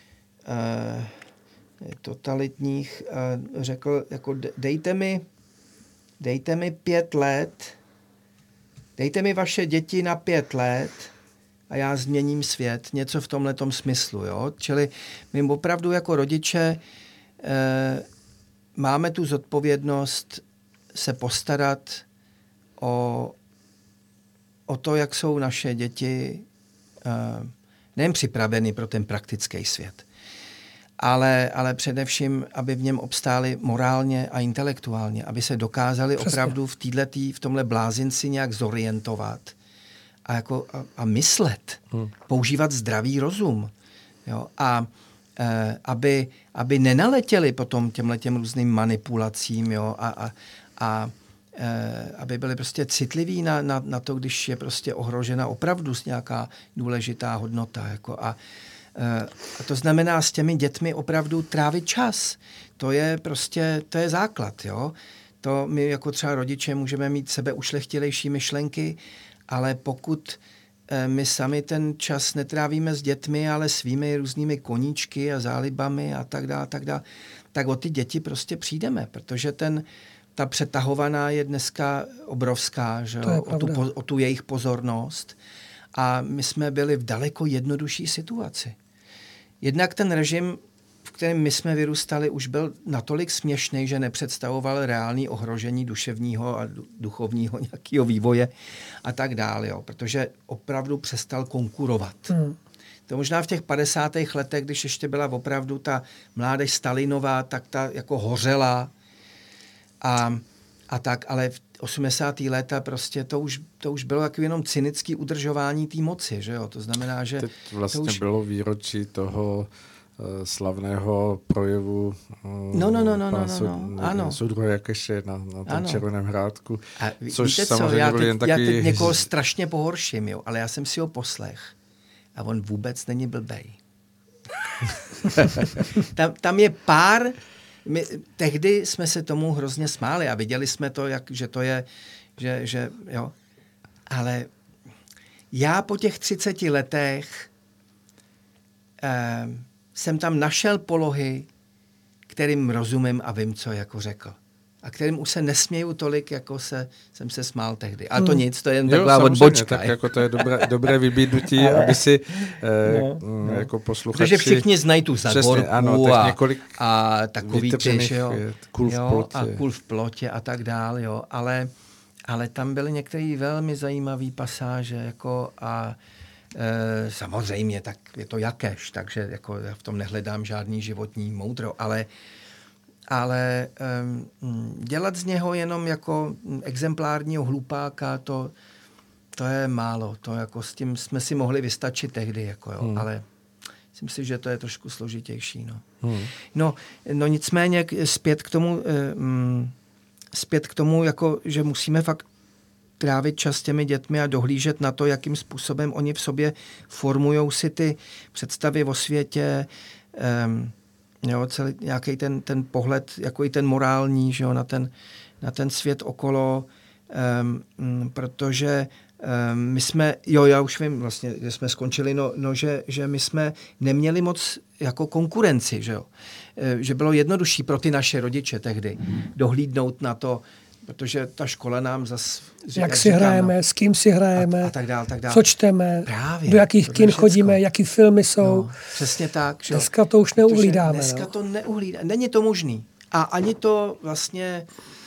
Speaker 3: totalitních řekl, jako dejte mi 5 let, dejte mi vaše děti na 5 let a já změním svět. Něco v tomhletom smyslu, jo. Čili my opravdu jako rodiče máme tu zodpovědnost se postarat o to, jak jsou naše děti nejen připraveny pro ten praktický svět, ale především, aby v něm obstáli morálně a intelektuálně, aby se dokázali opravdu v tomhle blázinci nějak zorientovat a myslet, používat zdravý rozum, jo, a aby nenaletěli potom těmhletěm různým manipulacím, jo, a aby byli prostě citliví na to, když je prostě ohrožena opravdu nějaká důležitá hodnota. Jako a to znamená s těmi dětmi opravdu trávit čas. To je základ. Jo. To my jako třeba rodiče můžeme mít sebeušlechtilejší myšlenky, ale pokud my sami ten čas netrávíme s dětmi, ale svými různými koníčky a zálibami a tak dále, tak o ty děti prostě přijdeme, protože ta přetahovaná je dneska obrovská, že o tu jejich pozornost. A my jsme byli v daleko jednodušší situaci. Jednak ten režim, v kterém my jsme vyrůstali, už byl natolik směšný, že nepředstavoval reálný ohrožení duševního a duchovního nějakého vývoje a tak dále, jo, protože opravdu přestal konkurovat. To možná v těch 50. letech, když ještě byla opravdu ta mládež Stalinová, tak ta jako hořela a tak, ale v 80. léta prostě to už bylo jako jenom cynický udržování té moci, že jo, to znamená, že...
Speaker 4: Teď vlastně bylo výročí toho slavného projevu
Speaker 3: ano.
Speaker 4: Soudruha Jakeše na tom Červeném hrádku.
Speaker 3: A
Speaker 4: což
Speaker 3: víte
Speaker 4: samozřejmě
Speaker 3: co, já teď někoho strašně pohorším, jo, ale já jsem si ho poslech a on vůbec není blbej. tam je pár... tehdy jsme se tomu hrozně smáli a viděli jsme to, že to je, že jo. Ale já po těch 30 letech jsem tam našel polohy, kterým rozumím a vím, co jako řekl. A kterým už se nesměju tolik, jako jsem se smál tehdy. A to nic, to je jen taková odbočka.
Speaker 4: Tak jako to je dobré vybídnutí, aby si jako posluchači...
Speaker 3: Protože všichni znají tu Zagorku a takový ty, že jo. A Kůl v plotě a tak dál, jo. Ale tam byly některé velmi zajímavé pasáže, jako a samozřejmě, tak je to Jakeš, takže jako já v tom nehledám žádný životní moudro, ale dělat z něho jenom jako exemplárního hlupáka, to je málo. To jako s tím jsme si mohli vystačit tehdy, jako jo, ale Myslím si, že to je trošku složitější. No nicméně zpět k tomu, jako, že musíme fakt trávit čas s těmi dětmi a dohlížet na to, jakým způsobem oni v sobě formujou si ty představy o světě, celý nějaký ten pohled, jako i ten morální, že jo, na ten svět okolo, protože my jsme, já už vím vlastně, že jsme skončili, že my jsme neměli moc jako konkurenci, že jo. Že bylo jednodušší pro ty naše rodiče tehdy dohlídnout na to, protože ta škola nám zase...
Speaker 2: Jak si hrajeme, s kým si hrajeme,
Speaker 3: a tak dál.
Speaker 2: Co čteme,
Speaker 3: právě,
Speaker 2: do jakých kin chodíme, jaký filmy jsou.
Speaker 3: No, přesně tak. Že?
Speaker 2: Dneska to už neuhlídáme.
Speaker 3: Dneska to neuhlídáme. Není to možný. A ani to vlastně...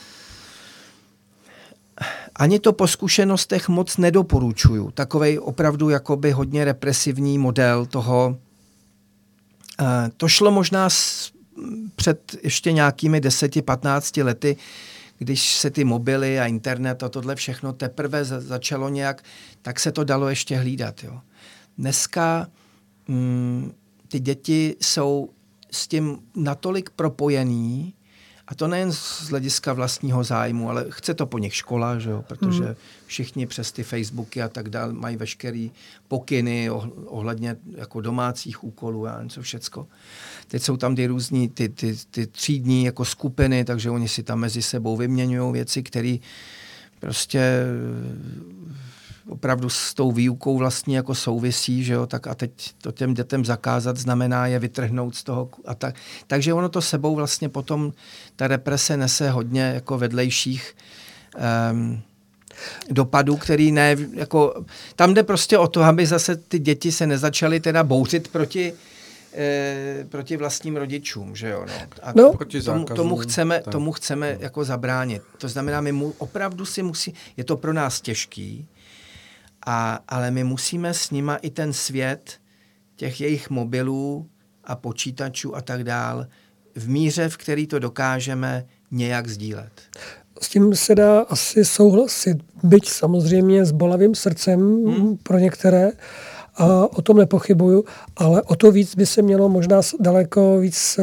Speaker 3: Ani to po zkušenostech moc nedoporučuju. Takovej opravdu jakoby hodně represivní model toho. To šlo možná před ještě nějakými 10-15 lety, když se ty mobily a internet a tohle všechno teprve začalo nějak, tak se to dalo ještě hlídat. Jo. Dneska ty děti jsou s tím natolik propojený, a to nejen z hlediska vlastního zájmu, ale chce to po nich škola, že jo? Protože všichni přes ty Facebooky a tak dále mají veškerý pokyny ohledně jako domácích úkolů a něco všecko. Teď jsou tam ty různý, ty třídní jako skupiny, takže oni si tam mezi sebou vyměňují věci, které prostě opravdu s tou výukou vlastně jako souvisí, že jo, tak a teď to těm dětem zakázat znamená je vytrhnout z toho a tak. Takže ono to sebou vlastně potom ta represe nese hodně jako vedlejších dopadů, který ne, jako tam jde prostě o to, aby zase ty děti se nezačaly teda bouřit proti vlastním rodičům, že jo, no. A tomu chceme jako zabránit. To znamená, my opravdu si je to pro nás těžký, ale my musíme s nima i ten svět těch jejich mobilů a počítačů a tak dál v míře, v který to dokážeme nějak sdílet.
Speaker 2: S tím se dá asi souhlasit, byť samozřejmě s bolavým srdcem pro některé, a o tom nepochybuju, ale o to víc by se mělo možná daleko víc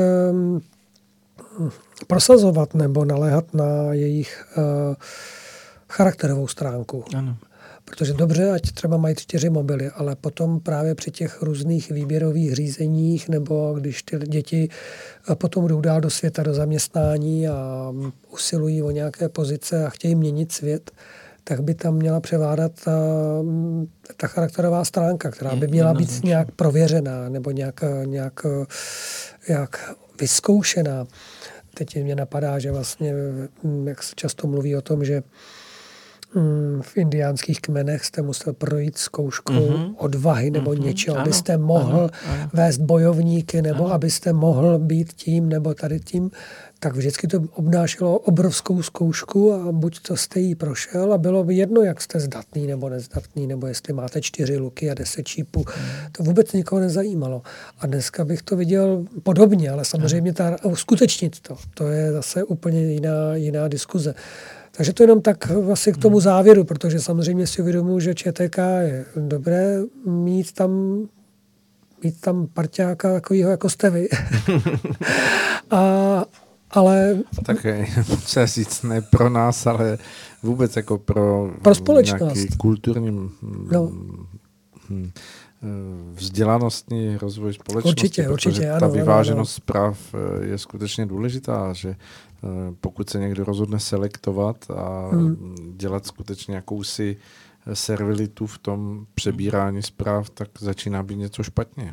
Speaker 2: prosazovat nebo naléhat na jejich charakterovou stránku.
Speaker 3: Ano.
Speaker 2: Protože dobře, ať třeba mají 4 mobily, ale potom právě při těch různých výběrových řízeních nebo když ty děti potom jdou dál do světa, do zaměstnání a usilují o nějaké pozice a chtějí měnit svět, tak by tam měla převládat ta charakterová stránka, která by měla být nějak prověřená nebo nějak vyzkoušená. Teď mě napadá, že vlastně, jak se často mluví o tom, že v indiánských kmenech jste musel projít zkouškou odvahy nebo něčeho, abyste mohl vést bojovníky nebo abyste mohl být tím nebo tady tím, tak vždycky to obnášelo obrovskou zkoušku a buď to jste jí prošel a bylo by jedno, jak jste zdatný nebo nezdatný, nebo jestli máte 4 luky a 10 šípů. To vůbec nikoho nezajímalo. A dneska bych to viděl podobně, ale samozřejmě uskutečnit to je zase úplně jiná diskuze. Takže to jenom tak vlastně k tomu závěru, protože samozřejmě si uvědomuji, že ČTK je dobré mít tam parťáka takovýho, jako jste vy. Ale...
Speaker 4: Také musím říct, ne pro nás, ale vůbec jako pro
Speaker 2: společnost.
Speaker 4: Nějaký kulturní vzdělanostní rozvoj společnosti.
Speaker 2: Určitě,
Speaker 4: ta vyváženost zpráv je skutečně důležitá, že pokud se někdo rozhodne selektovat a dělat skutečně jakousi servilitu v tom přebírání zpráv, tak začíná být něco špatně.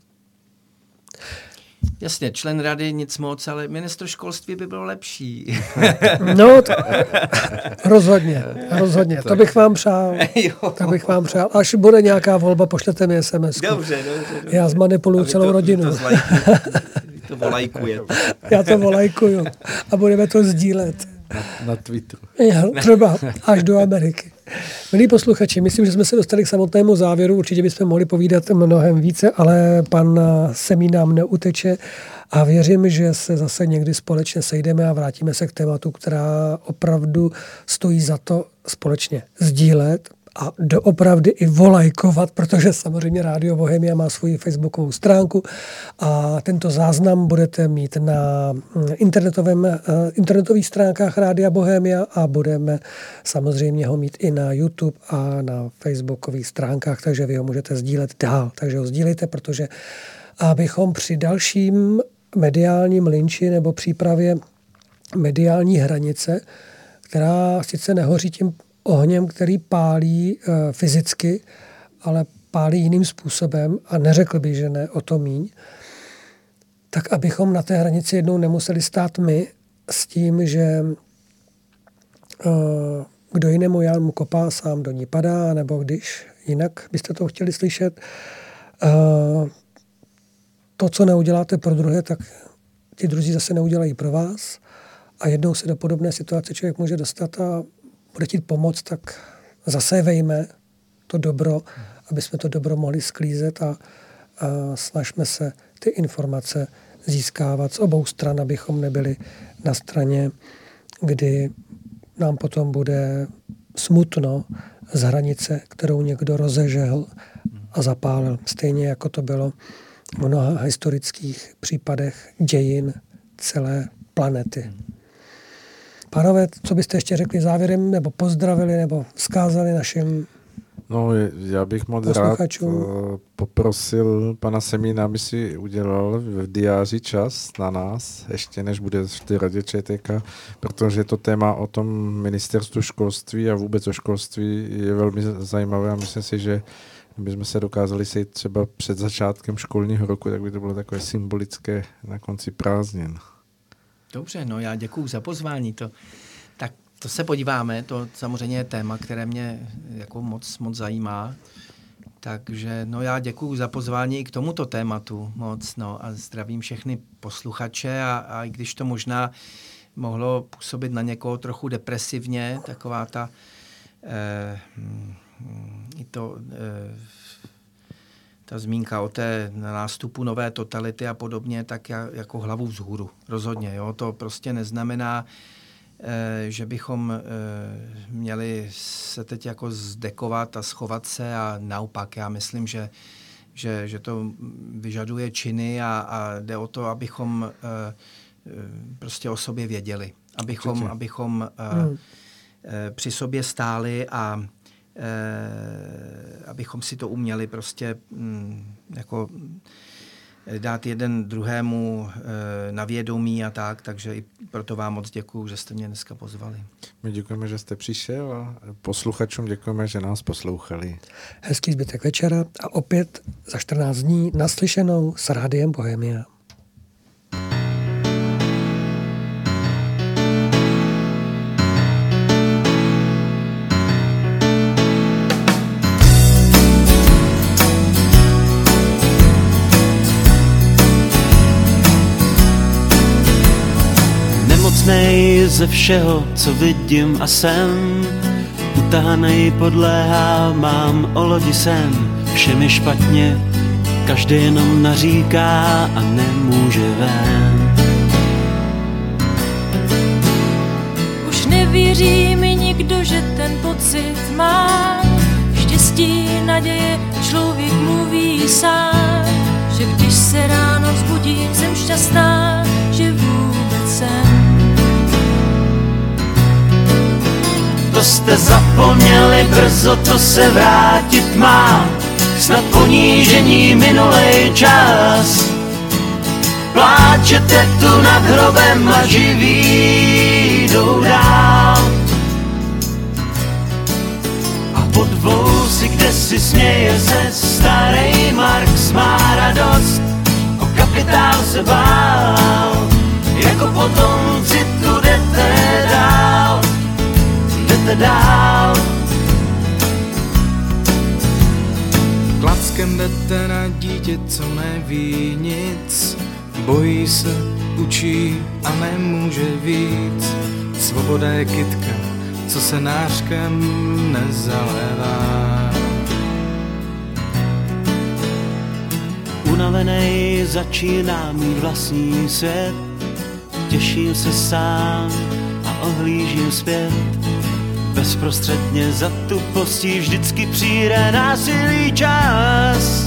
Speaker 3: Jasně, člen rady nic moc, ale ministr školství by bylo lepší.
Speaker 2: No, rozhodně. To bych vám přál. Až bude nějaká volba, pošlete mi SMS.
Speaker 3: Dobře.
Speaker 2: Já zmanipuluju celou rodinu.
Speaker 3: To volajkujete.
Speaker 2: Já to volajkuju a budeme to sdílet.
Speaker 4: Na Twitteru.
Speaker 2: Třeba až do Ameriky. Milí posluchači, myslím, že jsme se dostali k samotnému závěru. Určitě bychom mohli povídat mnohem více, ale pan Semín nám neuteče a věřím, že se zase někdy společně sejdeme a vrátíme se k tématu, která opravdu stojí za to společně sdílet a doopravdy i volajkovat, protože samozřejmě Rádio Bohemia má svoji facebookovou stránku a tento záznam budete mít na internetových stránkách Rádia Bohemia a budeme samozřejmě ho mít i na YouTube a na facebookových stránkách, takže vy ho můžete sdílet dál. Takže ho sdílejte, protože abychom při dalším mediálním lynči nebo přípravě mediální hranice, která sice nehoří tím ohněm, který pálí fyzicky, ale pálí jiným způsobem a neřekl bych, že ne o to míň, tak abychom na té hranici jednou nemuseli stát my s tím, že kdo jinému jámu kopá, sám do ní padá, nebo když jinak byste to chtěli slyšet, to, co neuděláte pro druhé, tak ti druzí zase neudělají pro vás a jednou se do podobné situace člověk může dostat a bude chtít pomoct, tak zasévejme to dobro, aby jsme to dobro mohli sklízet a snažme se ty informace získávat z obou stran, abychom nebyli na straně, kdy nám potom bude smutno z hranice, kterou někdo rozežehl a zapálil. Stejně jako to bylo v mnoha historických případech dějin celé planety. Pánové, co byste ještě řekli závěrem, nebo pozdravili, nebo vzkázali našim
Speaker 4: já bych moc rád poprosil pana Semína, aby si udělal v diáři čas na nás, ještě než bude v té radě ČTK, protože to téma o tom ministerstvu školství a vůbec o školství je velmi zajímavé a myslím si, že kdybychom se dokázali sejít třeba před začátkem školního roku, tak by to bylo takové symbolické na konci prázdnin.
Speaker 3: Dobře, já děkuju za pozvání. To se podíváme, to samozřejmě je téma, které mě jako moc zajímá. Takže já děkuju za pozvání i k tomuto tématu moc, a zdravím všechny posluchače a i když to možná mohlo působit na někoho trochu depresivně, taková ta ta zmínka o té nástupu nové totality a podobně, tak jako hlavu vzhůru. Rozhodně, to prostě neznamená, že bychom měli se teď jako zdekovat a schovat se a naopak. Já myslím, že to vyžaduje činy a jde o to, abychom prostě o sobě věděli. Abychom při sobě stáli a abychom si to uměli prostě jako dát jeden druhému na vědomí a tak, takže i proto vám moc děkuju, že jste mě dneska pozvali.
Speaker 4: My děkujeme, že jste přišel a posluchačům děkujeme, že nás poslouchali.
Speaker 2: Hezký zbytek večera a opět za 14 dní naslyšenou s Rádiem Bohemia.
Speaker 5: Ze všeho, co vidím a jsem, utahanej podléhá, mám o lodi sen. Vše mi špatně, každý jenom naříká a nemůže ven.
Speaker 6: Už nevěří mi nikdo, že ten pocit má. Štěstí, naděje, člověk mluví sám, že když se ráno vzbudím, jsem šťastná, že vůbec jsem.
Speaker 5: To jste zapomněli brzo, to se vrátit má, snad ponížení minulej čas. Pláčete tu nad hrobem a živí jdou dál. A pod vousy, kde si směje se starý Marx, má radost, o kapitál se bál. Jako potomci tu jdete dál, dál.
Speaker 7: Klackem jdete na dítě, co neví nic, bojí se, učí a nemůže víc. Svoboda je kytka, co se nářkem nezalévá.
Speaker 5: Unavenej začíná mít vlastní svět, těším se sám a ohlížím zpět. Bezprostředně za tu postí vždycky přijde násilí čas.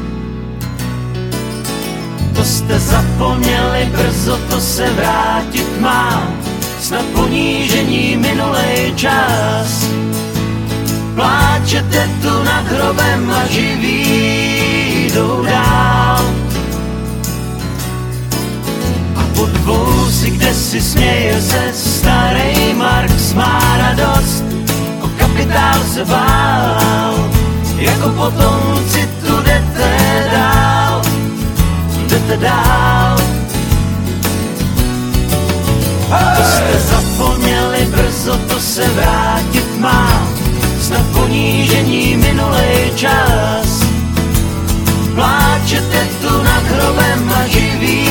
Speaker 5: To jste zapomněli brzo, to se vrátit má. Snad ponížení minulej čas. Pláčete tu nad hrobem a živí jdou dál. A pod vousy, kde si směje se starý Marx, má radost, o kapitál se bál. Jako potomci tu jdete dál, jdete dál. To jste zapomněli brzo, to se vrátit má. Snad ponížení minulej čas. Pláčete tu nad hrobem a živí